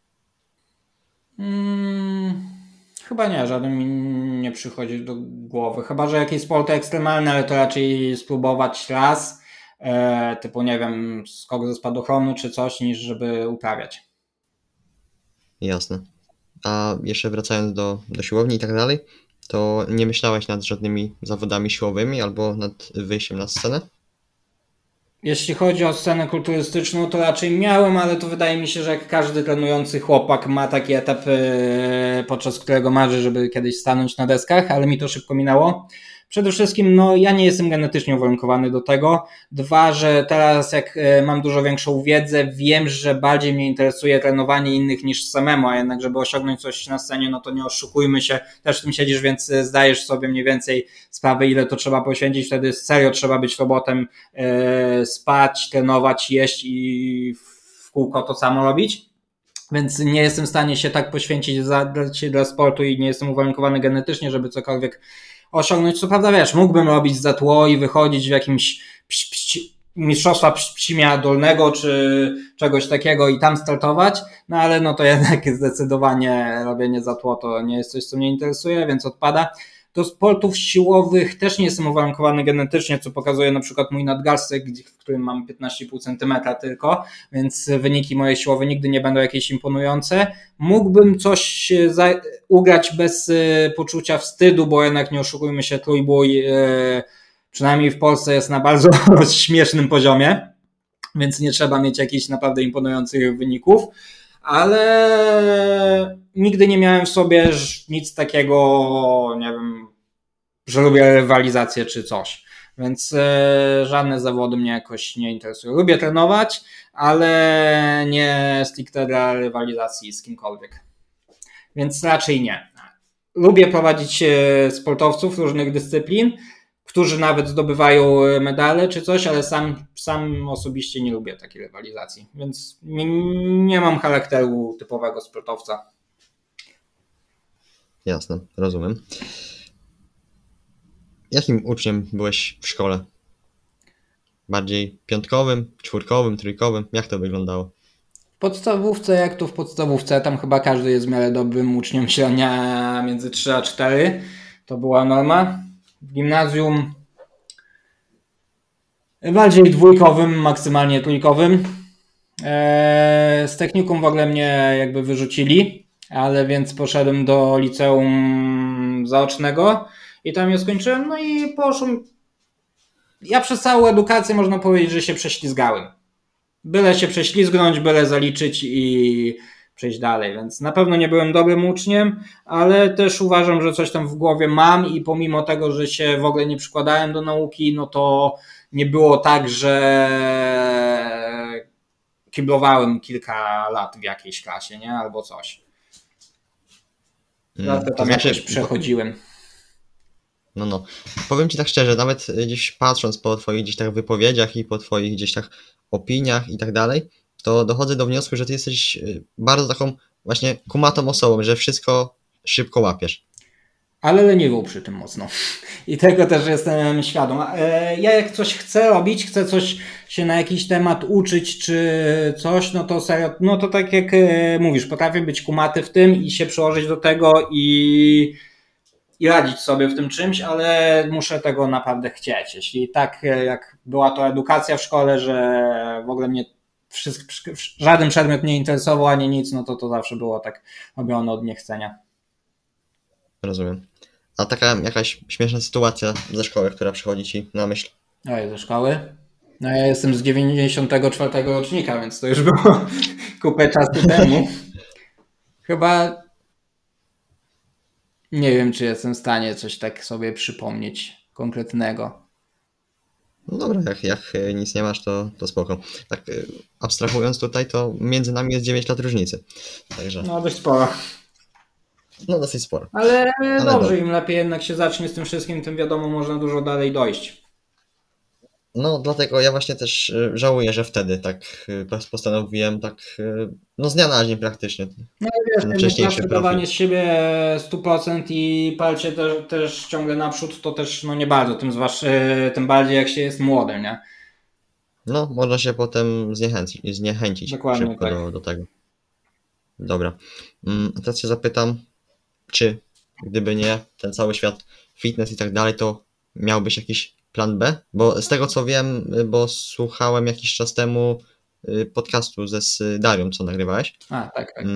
Chyba nie, żaden mi nie przychodzi do głowy. Chyba, że jakieś sporty ekstremalne, ale to raczej spróbować raz, typu nie wiem, skok ze spadochronu czy coś, niż żeby uprawiać. Jasne. A jeszcze wracając do siłowni i tak dalej, to nie myślałeś nad żadnymi zawodami siłowymi albo nad wyjściem na scenę? Jeśli chodzi o scenę kulturystyczną, to raczej miałem, ale to wydaje mi się, że jak każdy trenujący chłopak ma taki etap, podczas którego marzy, żeby kiedyś stanąć na deskach, ale mi to szybko minęło. Przede wszystkim, no ja nie jestem genetycznie uwarunkowany do tego. Dwa, że teraz jak mam dużo większą wiedzę, wiem, że bardziej mnie interesuje trenowanie innych niż samemu, a jednak żeby osiągnąć coś na scenie, no to nie oszukujmy się, też w tym siedzisz, więc zdajesz sobie mniej więcej sprawę, ile to trzeba poświęcić, wtedy serio trzeba być robotem, spać, trenować, jeść i w kółko to samo robić. Więc nie jestem w stanie się tak poświęcić dla sportu i nie jestem uwarunkowany genetycznie, żeby cokolwiek osiągnąć. Co prawda, wiesz, mógłbym robić za tło i wychodzić w jakimś mistrzostwa Pcimia Dolnego czy czegoś takiego i tam startować, no ale no to jednak zdecydowanie robienie za tło to nie jest coś, co mnie interesuje, więc odpada. Do sportów siłowych też nie jestem uwarunkowany genetycznie, co pokazuje na przykład mój nadgarstek, w którym mam 15,5 cm tylko, więc wyniki mojej siłowe nigdy nie będą jakieś imponujące. Mógłbym coś ugrać bez poczucia wstydu, bo jednak nie oszukujmy się, trójbój przynajmniej w Polsce jest na bardzo śmiesznym poziomie, więc nie trzeba mieć jakichś naprawdę imponujących wyników, ale nigdy nie miałem w sobie nic takiego, nie wiem, że lubię rywalizację czy coś. Więc żadne zawody mnie jakoś nie interesują. Lubię trenować, ale nie stricte dla rywalizacji z kimkolwiek. Więc raczej nie. Lubię prowadzić sportowców różnych dyscyplin, którzy nawet zdobywają medale czy coś, ale sam osobiście nie lubię takiej rywalizacji. Więc nie mam charakteru typowego sportowca. Jasne, rozumiem. Jakim uczniem byłeś w szkole? Bardziej piątkowym, czwórkowym, trójkowym? Jak to wyglądało? W podstawówce, jak to w podstawówce, tam chyba każdy jest w miarę dobrym uczniem, średnia między 3 a 4. To była norma. W gimnazjum bardziej dwójkowym, maksymalnie trójkowym. Z technikum w ogóle mnie jakby wyrzucili, ale więc poszedłem do liceum zaocznego i tam je skończyłem, no i poszłem. Ja przez całą edukację można powiedzieć, że się prześlizgałem. Byle się prześlizgnąć, byle zaliczyć i przejść dalej, więc na pewno nie byłem dobrym uczniem, ale też uważam, że coś tam w głowie mam i pomimo tego, że się w ogóle nie przykładałem do nauki, no to nie było tak, że kiblowałem kilka lat w jakiejś klasie, nie? Albo coś. Zawsze tam jakoś przechodziłem. No. Powiem Ci tak szczerze, nawet gdzieś patrząc po Twoich gdzieś tak wypowiedziach i po Twoich gdzieś tak opiniach i tak dalej, to dochodzę do wniosku, że Ty jesteś bardzo taką właśnie kumatą osobą, że wszystko szybko łapiesz. Ale leniwą przy tym mocno. I tego też jestem świadom. Ja jak coś chcę robić, chcę coś się na jakiś temat uczyć czy coś, no to serio, no to tak jak mówisz, potrafię być kumaty w tym i się przyłożyć do tego i radzić sobie w tym czymś, ale muszę tego naprawdę chcieć. Jeśli tak jak była to edukacja w szkole, że w ogóle mnie żaden przedmiot nie interesował ani nic, no to zawsze było tak robione od niechcenia. Rozumiem. A taka jakaś śmieszna sytuacja ze szkoły, która przychodzi Ci na myśl? Oj, ze szkoły? No ja jestem z 94 rocznika, więc to już było kupę czasu temu. Chyba nie wiem, czy jestem w stanie coś tak sobie przypomnieć konkretnego. No dobra, jak nic nie masz, to spoko. Tak abstrahując tutaj, to między nami jest 9 lat różnicy. Także, No dość sporo. no dosyć sporo. Ale dobrze, dobrze. im lepiej jednak się zacznie z tym wszystkim, tym wiadomo, można dużo dalej dojść. No dlatego ja właśnie też żałuję, że wtedy tak postanowiłem tak, no z dnia na dzień praktycznie. No i wiesz, Ten jakby wcześniejszy zawsze dawanie profil. z siebie 100% i palcie też ciągle naprzód, to też no nie bardzo, tym bardziej jak się jest młodym, nie? No, można się potem zniechęcić Dokładnie szybko tak. do tego. Dobra. A teraz się zapytam, czy gdyby nie ten cały świat fitness i tak dalej, to miałbyś jakiś plan B? Bo z tego co wiem, bo słuchałem jakiś czas temu podcastu z Darią, co nagrywałeś, A, tak, tak.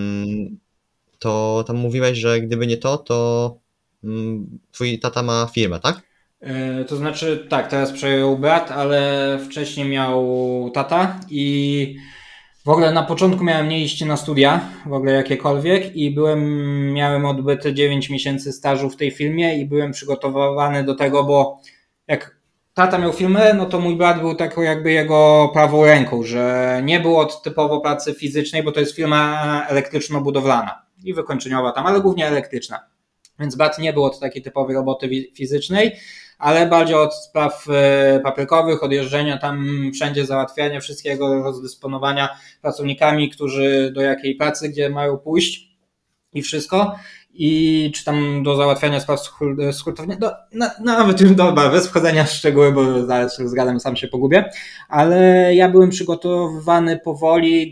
to tam mówiłeś, że gdyby nie to twój tata ma firmę, tak? To znaczy, tak, teraz przejął brat, ale wcześniej miał tata i w ogóle na początku miałem nie iść na studia, w ogóle jakiekolwiek i miałem odbyte 9 miesięcy stażu w tej firmie i byłem przygotowywany do tego, bo jak tata miał firmę, no to mój brat był taką jakby jego prawą ręką, że nie było typowo pracy fizycznej, bo to jest firma elektryczno-budowlana i wykończeniowa tam, ale głównie elektryczna. Więc brat nie było od takiej typowej roboty fizycznej, ale bardziej od spraw papierkowych, od jeżdżenia tam wszędzie, załatwiania wszystkiego, rozdysponowania pracownikami, którzy do jakiej pracy, gdzie mają pójść i wszystko. I czy tam do załatwiania spraw z hurtowni, nawet już dobra, bez wchodzenia w szczegóły, bo zaraz się zgadzam, sam się pogubię, ale ja byłem przygotowywany powoli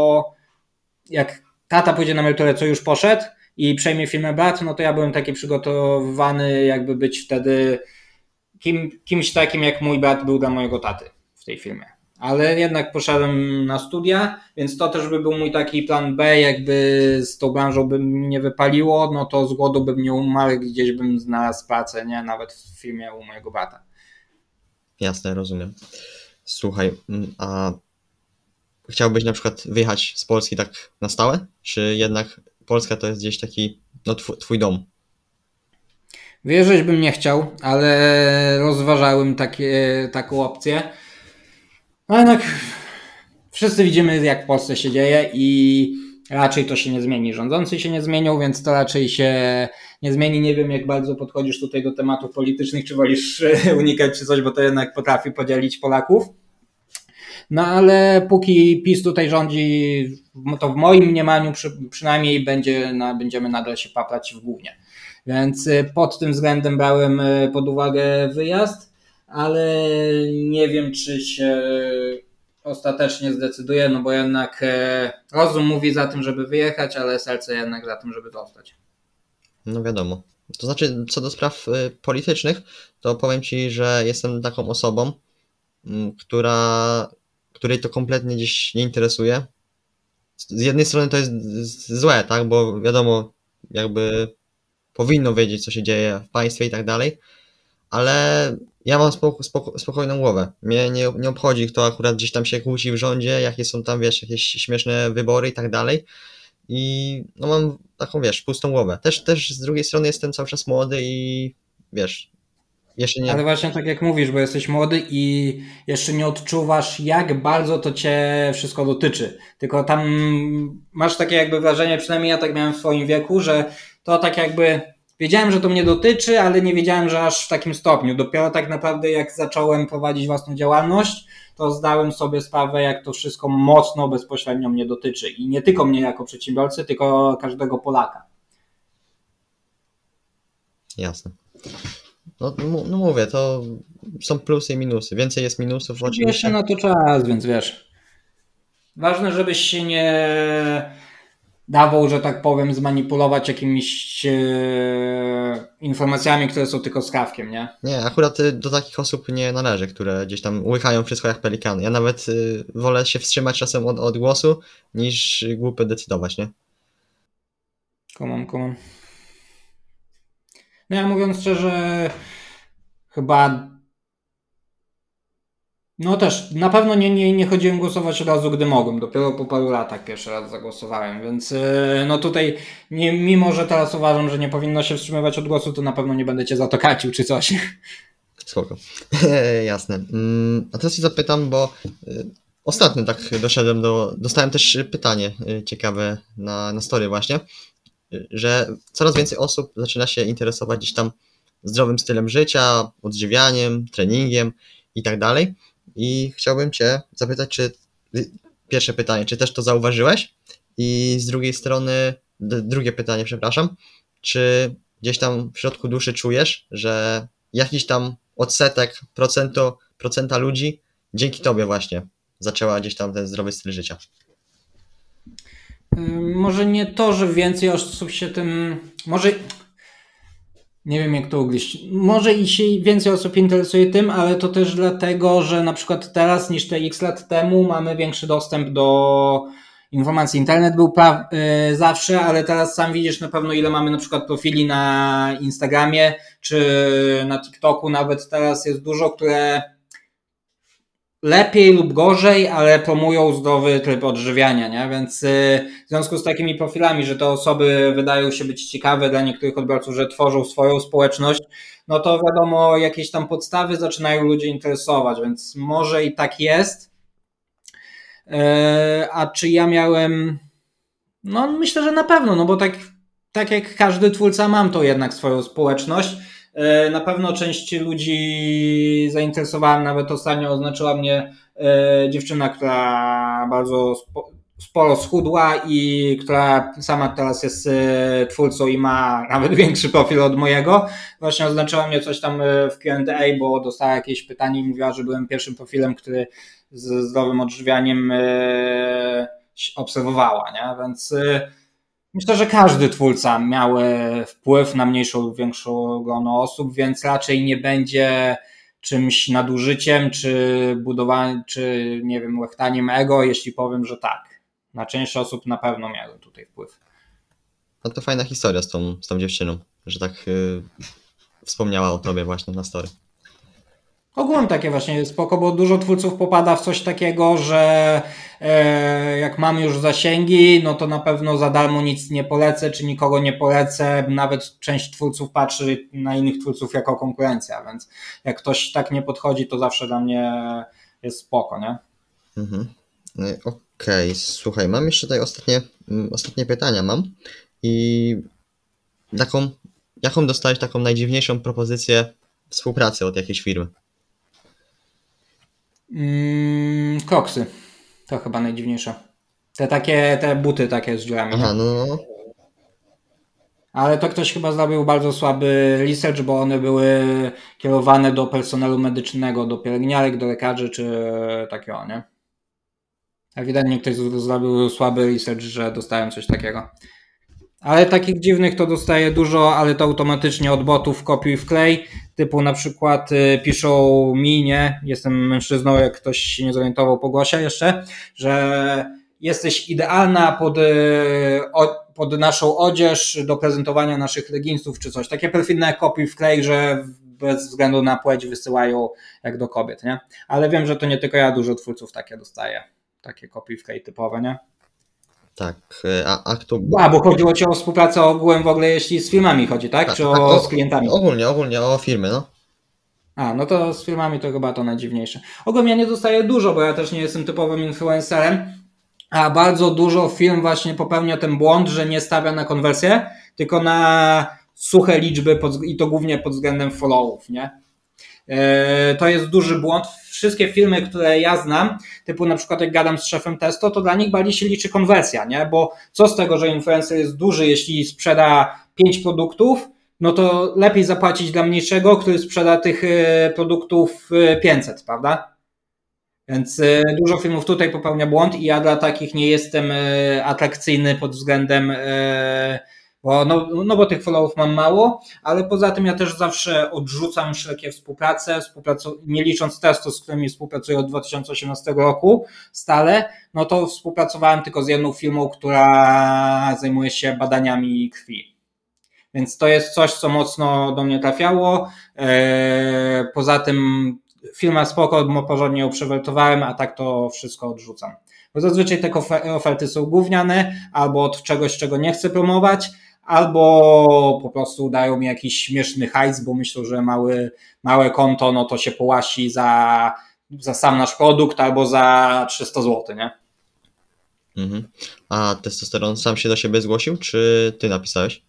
jak tata pójdzie na emeryturę, co już poszedł, i przejmie firmę brat, no to ja byłem taki przygotowany, jakby być wtedy kimś takim, jak mój brat był dla mojego taty w tej firmie. Ale jednak poszedłem na studia, więc to też by był mój taki plan B, jakby z tą branżą by mi nie wypaliło, no to z głodu bym nie umarł, gdzieś bym znalazł pracę, nie? Nawet w firmie u mojego brata. Jasne, rozumiem. Słuchaj, a chciałbyś na przykład wyjechać z Polski tak na stałe? Czy jednak Polska to jest gdzieś taki, no twój dom? Wyjeżdżać bym nie chciał, ale rozważałem taką opcję. No jednak wszyscy widzimy, jak w Polsce się dzieje i raczej to się nie zmieni. Rządzący się nie zmienią, więc to raczej się nie zmieni. Nie wiem, jak bardzo podchodzisz tutaj do tematów politycznych, czy wolisz unikać czy coś, bo to jednak potrafi podzielić Polaków. No ale póki PiS tutaj rządzi, to w moim mniemaniu przynajmniej będziemy nadal się paplać w gównie. Więc pod tym względem brałem pod uwagę wyjazd, ale nie wiem, czy się ostatecznie zdecyduję, no bo jednak rozum mówi za tym, żeby wyjechać, ale serce jednak za tym, żeby zostać. No wiadomo. To znaczy, co do spraw politycznych, to powiem Ci, że jestem taką osobą, której to kompletnie gdzieś nie interesuje. Z jednej strony to jest złe, tak, bo wiadomo, jakby powinno wiedzieć, co się dzieje w państwie i tak dalej, ale ja mam spokojną głowę. Mnie nie obchodzi, kto akurat gdzieś tam się kłóci w rządzie, jakie są tam, wiesz, jakieś śmieszne wybory i tak dalej. I no mam taką, wiesz, pustą głowę. Też z drugiej strony jestem cały czas młody i wiesz, jeszcze nie. Ale właśnie tak jak mówisz, bo jesteś młody i jeszcze nie odczuwasz, jak bardzo to cię wszystko dotyczy. Tylko tam masz takie jakby wrażenie, przynajmniej ja tak miałem w swoim wieku, że to tak jakby wiedziałem, że to mnie dotyczy, ale nie wiedziałem, że aż w takim stopniu. Dopiero tak naprawdę jak zacząłem prowadzić własną działalność, to zdałem sobie sprawę, jak to wszystko mocno, bezpośrednio mnie dotyczy. I nie tylko mnie jako przedsiębiorcy, tylko każdego Polaka. Jasne. No mówię, to są plusy i minusy. Więcej jest minusów Jeszcze oczywiście. na to czas, więc wiesz. Ważne, żebyś się nie dawał, że tak powiem, zmanipulować jakimiś informacjami, które są tylko skrawkiem, nie? Nie, akurat do takich osób nie należy, które gdzieś tam łychają wszystko jak pelikany. Ja nawet wolę się wstrzymać czasem od głosu, niż głupio decydować, nie? Kumam. No ja mówiąc szczerze, chyba no też na pewno nie chodziłem głosować od razu, gdy mogłem. Dopiero po paru latach pierwszy raz zagłosowałem, więc no tutaj mimo, że teraz uważam, że nie powinno się wstrzymywać od głosu, to na pewno nie będę cię za to karcił czy coś. Spoko. Jasne. A teraz się zapytam, bo ostatnio tak dostałem też pytanie ciekawe na story właśnie, że coraz więcej osób zaczyna się interesować gdzieś tam zdrowym stylem życia, odżywianiem, treningiem i tak dalej. I chciałbym Cię zapytać, pierwsze pytanie, czy też to zauważyłeś? I z drugiej strony, drugie pytanie, przepraszam, czy gdzieś tam w środku duszy czujesz, że jakiś tam odsetek procenta ludzi dzięki Tobie właśnie zaczęła gdzieś tam ten zdrowy styl życia? Może nie to, że więcej osób się tym. Może. Nie wiem, jak to ugryźć. Może i się więcej osób interesuje tym, ale to też dlatego, że na przykład teraz niż te x lat temu mamy większy dostęp do informacji. Internet był zawsze, ale teraz sam widzisz na pewno, ile mamy na przykład profili na Instagramie czy na TikToku. Nawet teraz jest dużo, które lepiej lub gorzej, ale promują zdrowy tryb odżywiania, nie? Więc w związku z takimi profilami, że te osoby wydają się być ciekawe dla niektórych odbiorców, że tworzą swoją społeczność, no to wiadomo, jakieś tam podstawy zaczynają ludzie interesować, więc może i tak jest. A czy ja miałem... No myślę, że na pewno, no bo tak jak każdy twórca mam to jednak swoją społeczność. Na pewno część ludzi zainteresowała, nawet ostatnio oznaczyła mnie dziewczyna, która bardzo sporo schudła i która sama teraz jest twórcą i ma nawet większy profil od mojego. Właśnie oznaczyła mnie coś tam w Q&A, bo dostała jakieś pytanie i mówiła, że byłem pierwszym profilem, który z zdrowym odżywianiem obserwowała, nie? Więc myślę, że każdy twórca miał wpływ na mniejszą lub większą grono osób, więc raczej nie będzie czymś nadużyciem, czy nie wiem, łechtaniem ego, jeśli powiem, że tak. Na część osób na pewno miałem tutaj wpływ. No to fajna historia z tą dziewczyną, że tak wspomniała o Tobie właśnie na story. Ogółem takie właśnie spoko, bo dużo twórców popada w coś takiego, że jak mam już zasięgi, no to na pewno za darmo nic nie polecę, czy nikogo nie polecę. Nawet część twórców patrzy na innych twórców jako konkurencja, więc jak ktoś tak nie podchodzi, to zawsze dla mnie jest spoko, nie? Mhm. Okej, słuchaj, mam jeszcze tutaj ostatnie pytania mam i taką, jaką dostałeś taką najdziwniejszą propozycję współpracy od jakiejś firmy? Kroksy. To chyba najdziwniejsze. Te buty takie z dziurami, nie? Aha, no, Ale to ktoś chyba zrobił bardzo słaby research, bo one były kierowane do personelu medycznego, do pielęgniarek, do lekarzy czy takiego, nie? Ewidentnie ktoś zrobił słaby research, że dostałem coś takiego. Ale takich dziwnych to dostaję dużo, ale to automatycznie od botów kopiuj wklej. Typu na przykład piszą mi, nie, jestem mężczyzną, jak ktoś się nie zorientował po głosie jeszcze, że jesteś idealna pod naszą odzież do prezentowania naszych leginsów czy coś. Takie perfidne kopiuj wklej, że bez względu na płeć wysyłają jak do kobiet, nie? Ale wiem, że to nie tylko ja, dużo twórców takie dostaje. Takie kopiuj wklej typowe, nie? tak, a kto... Bo chodziło ci o współpracę ogółem w ogóle, jeśli z firmami chodzi, tak? Czy z klientami? Ogólnie o firmy, no. No to z firmami to chyba to najdziwniejsze. Ogólnie ja nie dostaję dużo, bo ja też nie jestem typowym influencerem, a bardzo dużo firm właśnie popełnia ten błąd, że nie stawia na konwersję, tylko na suche liczby i to głównie pod względem followów, nie? To jest duży błąd. Wszystkie firmy, które ja znam, typu na przykład jak gadam z szefem testo, to dla nich bardziej się liczy konwersja, nie? Bo co z tego, że influencer jest duży, jeśli sprzeda 5 produktów, no to lepiej zapłacić dla mniejszego, który sprzeda tych produktów 500, prawda? Więc dużo firmów tutaj popełnia błąd i ja dla takich nie jestem atrakcyjny pod względem bo tych followów mam mało, ale poza tym ja też zawsze odrzucam wszelkie współpracę, nie licząc testów, z którymi współpracuję od 2018 roku stale, no to współpracowałem tylko z jedną firmą, która zajmuje się badaniami krwi. Więc to jest coś, co mocno do mnie trafiało. Poza tym firma spoko, porządnie ją przewertowałem, a tak to wszystko odrzucam. Bo zazwyczaj te oferty są gówniane, albo od czegoś, czego nie chcę promować, albo po prostu dają mi jakiś śmieszny hajs, bo myślą, że małe konto, no to się połasi za sam nasz produkt, albo za 300 zł, nie? Mhm. A testosteron sam się do siebie zgłosił, czy ty napisałeś?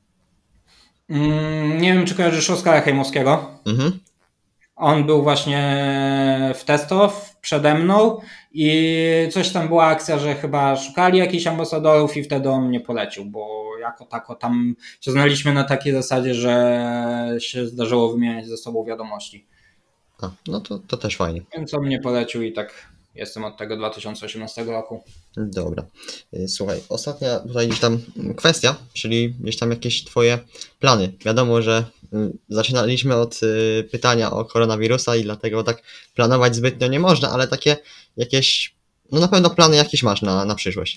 Nie wiem, czy kojarzysz Oskara Hejmowskiego. Mhm. On był właśnie w testo przede mną i coś tam była akcja, że chyba szukali jakichś ambasadorów i wtedy on mnie polecił, bo jako tako tam się znaliśmy na takiej zasadzie, że się zdarzyło wymieniać ze sobą wiadomości. No to też fajnie. Więc on mnie polecił i tak jestem od tego 2018 roku. Dobra. Słuchaj, ostatnia tutaj gdzieś tam kwestia, czyli gdzieś tam jakieś twoje plany. Wiadomo, że zaczynaliśmy od pytania o koronawirusa i dlatego tak planować zbytnio nie można, ale takie jakieś, no na pewno plany jakieś masz na przyszłość.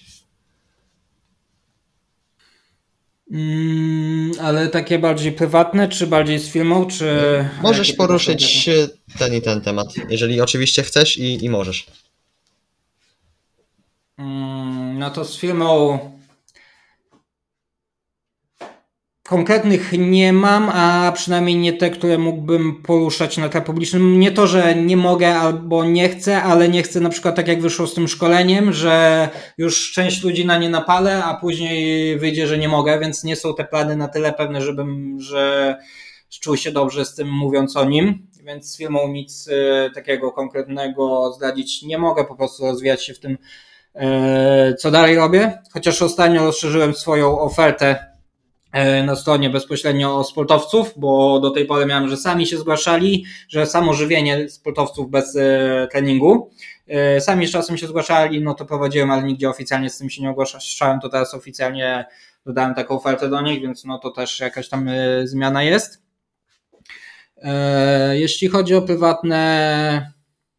Ale takie bardziej prywatne, czy bardziej z firmą, czy... Możesz poruszyć ten i ten temat, jeżeli oczywiście chcesz i możesz. No to z firmą konkretnych nie mam, a przynajmniej nie te, które mógłbym poruszać na tle publicznym. Nie to, że nie mogę albo nie chcę, ale nie chcę na przykład tak jak wyszło z tym szkoleniem, że już część ludzi na nie napalę, a później wyjdzie, że nie mogę, więc nie są te plany na tyle pewne, że czuł się dobrze z tym mówiąc o nim. Więc z firmą nic takiego konkretnego zdradzić nie mogę, po prostu rozwijać się w tym, co dalej robię. Chociaż ostatnio rozszerzyłem swoją ofertę na stronie bezpośrednio o sportowców, bo do tej pory miałem, że sami się zgłaszali, że samo żywienie sportowców bez treningu. Sami z czasem się zgłaszali, no to prowadziłem, ale nigdzie oficjalnie z tym się nie ogłaszałem, to teraz oficjalnie dodałem taką ofertę do nich, więc no to też jakaś tam zmiana jest. Jeśli chodzi o prywatne,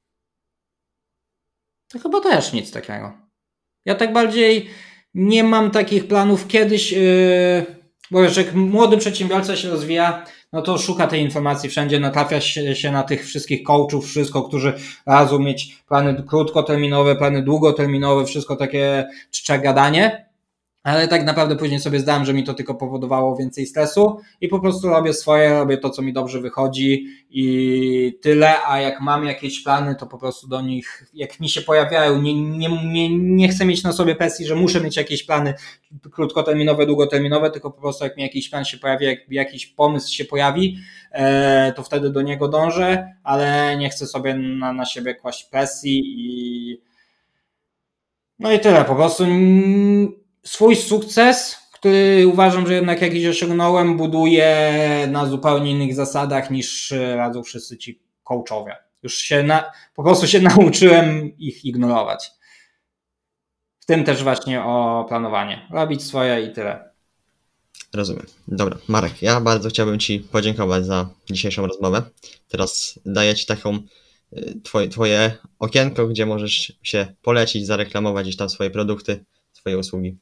to chyba też nic takiego. Ja tak bardziej nie mam takich planów kiedyś, bo wiesz, jak młody przedsiębiorca się rozwija, no to szuka tej informacji wszędzie, natrafia się na tych wszystkich coachów, wszystko, którzy radzą mieć plany krótkoterminowe, plany długoterminowe, wszystko takie czcze gadanie. Ale tak naprawdę później sobie zdałem, że mi to tylko powodowało więcej stresu i po prostu robię swoje, robię to, co mi dobrze wychodzi i tyle, a jak mam jakieś plany, to po prostu do nich, jak mi się pojawiają, nie chcę mieć na sobie presji, że muszę mieć jakieś plany krótkoterminowe, długoterminowe, tylko po prostu jak mi jakiś plan się pojawi, jak jakiś pomysł się pojawi, to wtedy do niego dążę, ale nie chcę sobie na siebie kłaść presji i no i tyle, po prostu swój sukces, który uważam, że jednak jakiś osiągnąłem, buduję na zupełnie innych zasadach niż radzą wszyscy ci coachowie. Już po prostu się nauczyłem ich ignorować. W tym też właśnie o planowanie. Robić swoje i tyle. Rozumiem. Dobra, Marek, ja bardzo chciałbym Ci podziękować za dzisiejszą rozmowę. Teraz daję Ci taką twoje okienko, gdzie możesz się polecić, zareklamować gdzieś tam swoje produkty, swoje usługi.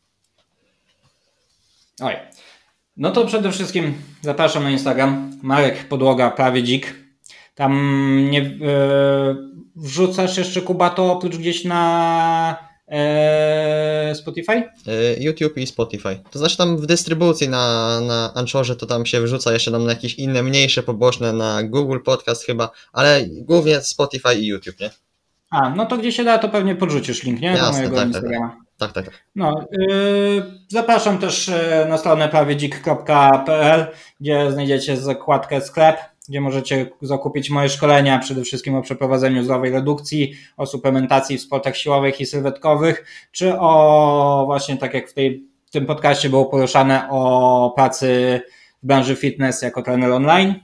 Oj. No to przede wszystkim zapraszam na Instagram. Marek Podłoga, prawie dzik. Tam nie wrzucasz jeszcze, Kuba, to oprócz gdzieś na Spotify? YouTube i Spotify. To znaczy tam w dystrybucji na Anchorze to tam się wrzuca jeszcze tam na jakieś inne, mniejsze, poboczne, na Google Podcast chyba, ale głównie Spotify i YouTube, nie? No to gdzie się da, to pewnie podrzucisz link, nie? Do Jasne, mojego tak. Instagrama. Tak. No, zapraszam też na stronę prawiedzik.pl, gdzie znajdziecie zakładkę sklep, gdzie możecie zakupić moje szkolenia, przede wszystkim o przeprowadzeniu zdrowej redukcji, o suplementacji w sportach siłowych i sylwetkowych, czy o właśnie tak jak w tym podcaście było poruszane, o pracy w branży fitness jako trener online.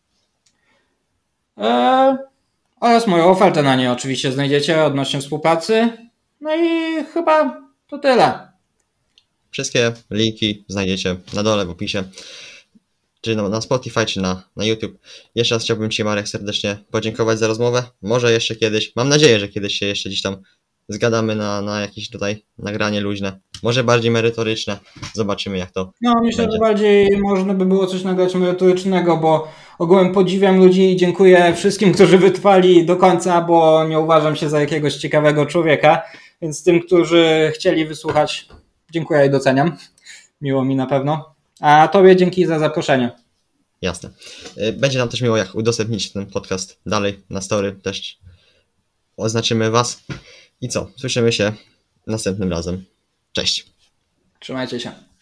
Oraz moją ofertę na nie oczywiście znajdziecie odnośnie współpracy. No i chyba to tyle. Wszystkie linki znajdziecie na dole w opisie, czy na Spotify, czy na YouTube. Jeszcze raz chciałbym Ci, Marek, serdecznie podziękować za rozmowę. Może jeszcze kiedyś, mam nadzieję, że kiedyś się jeszcze gdzieś tam zgadamy na jakieś tutaj nagranie luźne, może bardziej merytoryczne. Zobaczymy, jak to No, myślę, będzie. że bardziej można by było coś nagrać merytorycznego, bo ogółem podziwiam ludzi i dziękuję wszystkim, którzy wytrwali do końca, bo nie uważam się za jakiegoś ciekawego człowieka, więc tym, którzy chcieli wysłuchać, dziękuję i doceniam. Miło mi na pewno. A Tobie dzięki za zaproszenie. Jasne. Będzie nam też miło, jak udostępnić ten podcast dalej na story, też oznaczymy Was. I co? Słyszymy się następnym razem. Cześć. Trzymajcie się.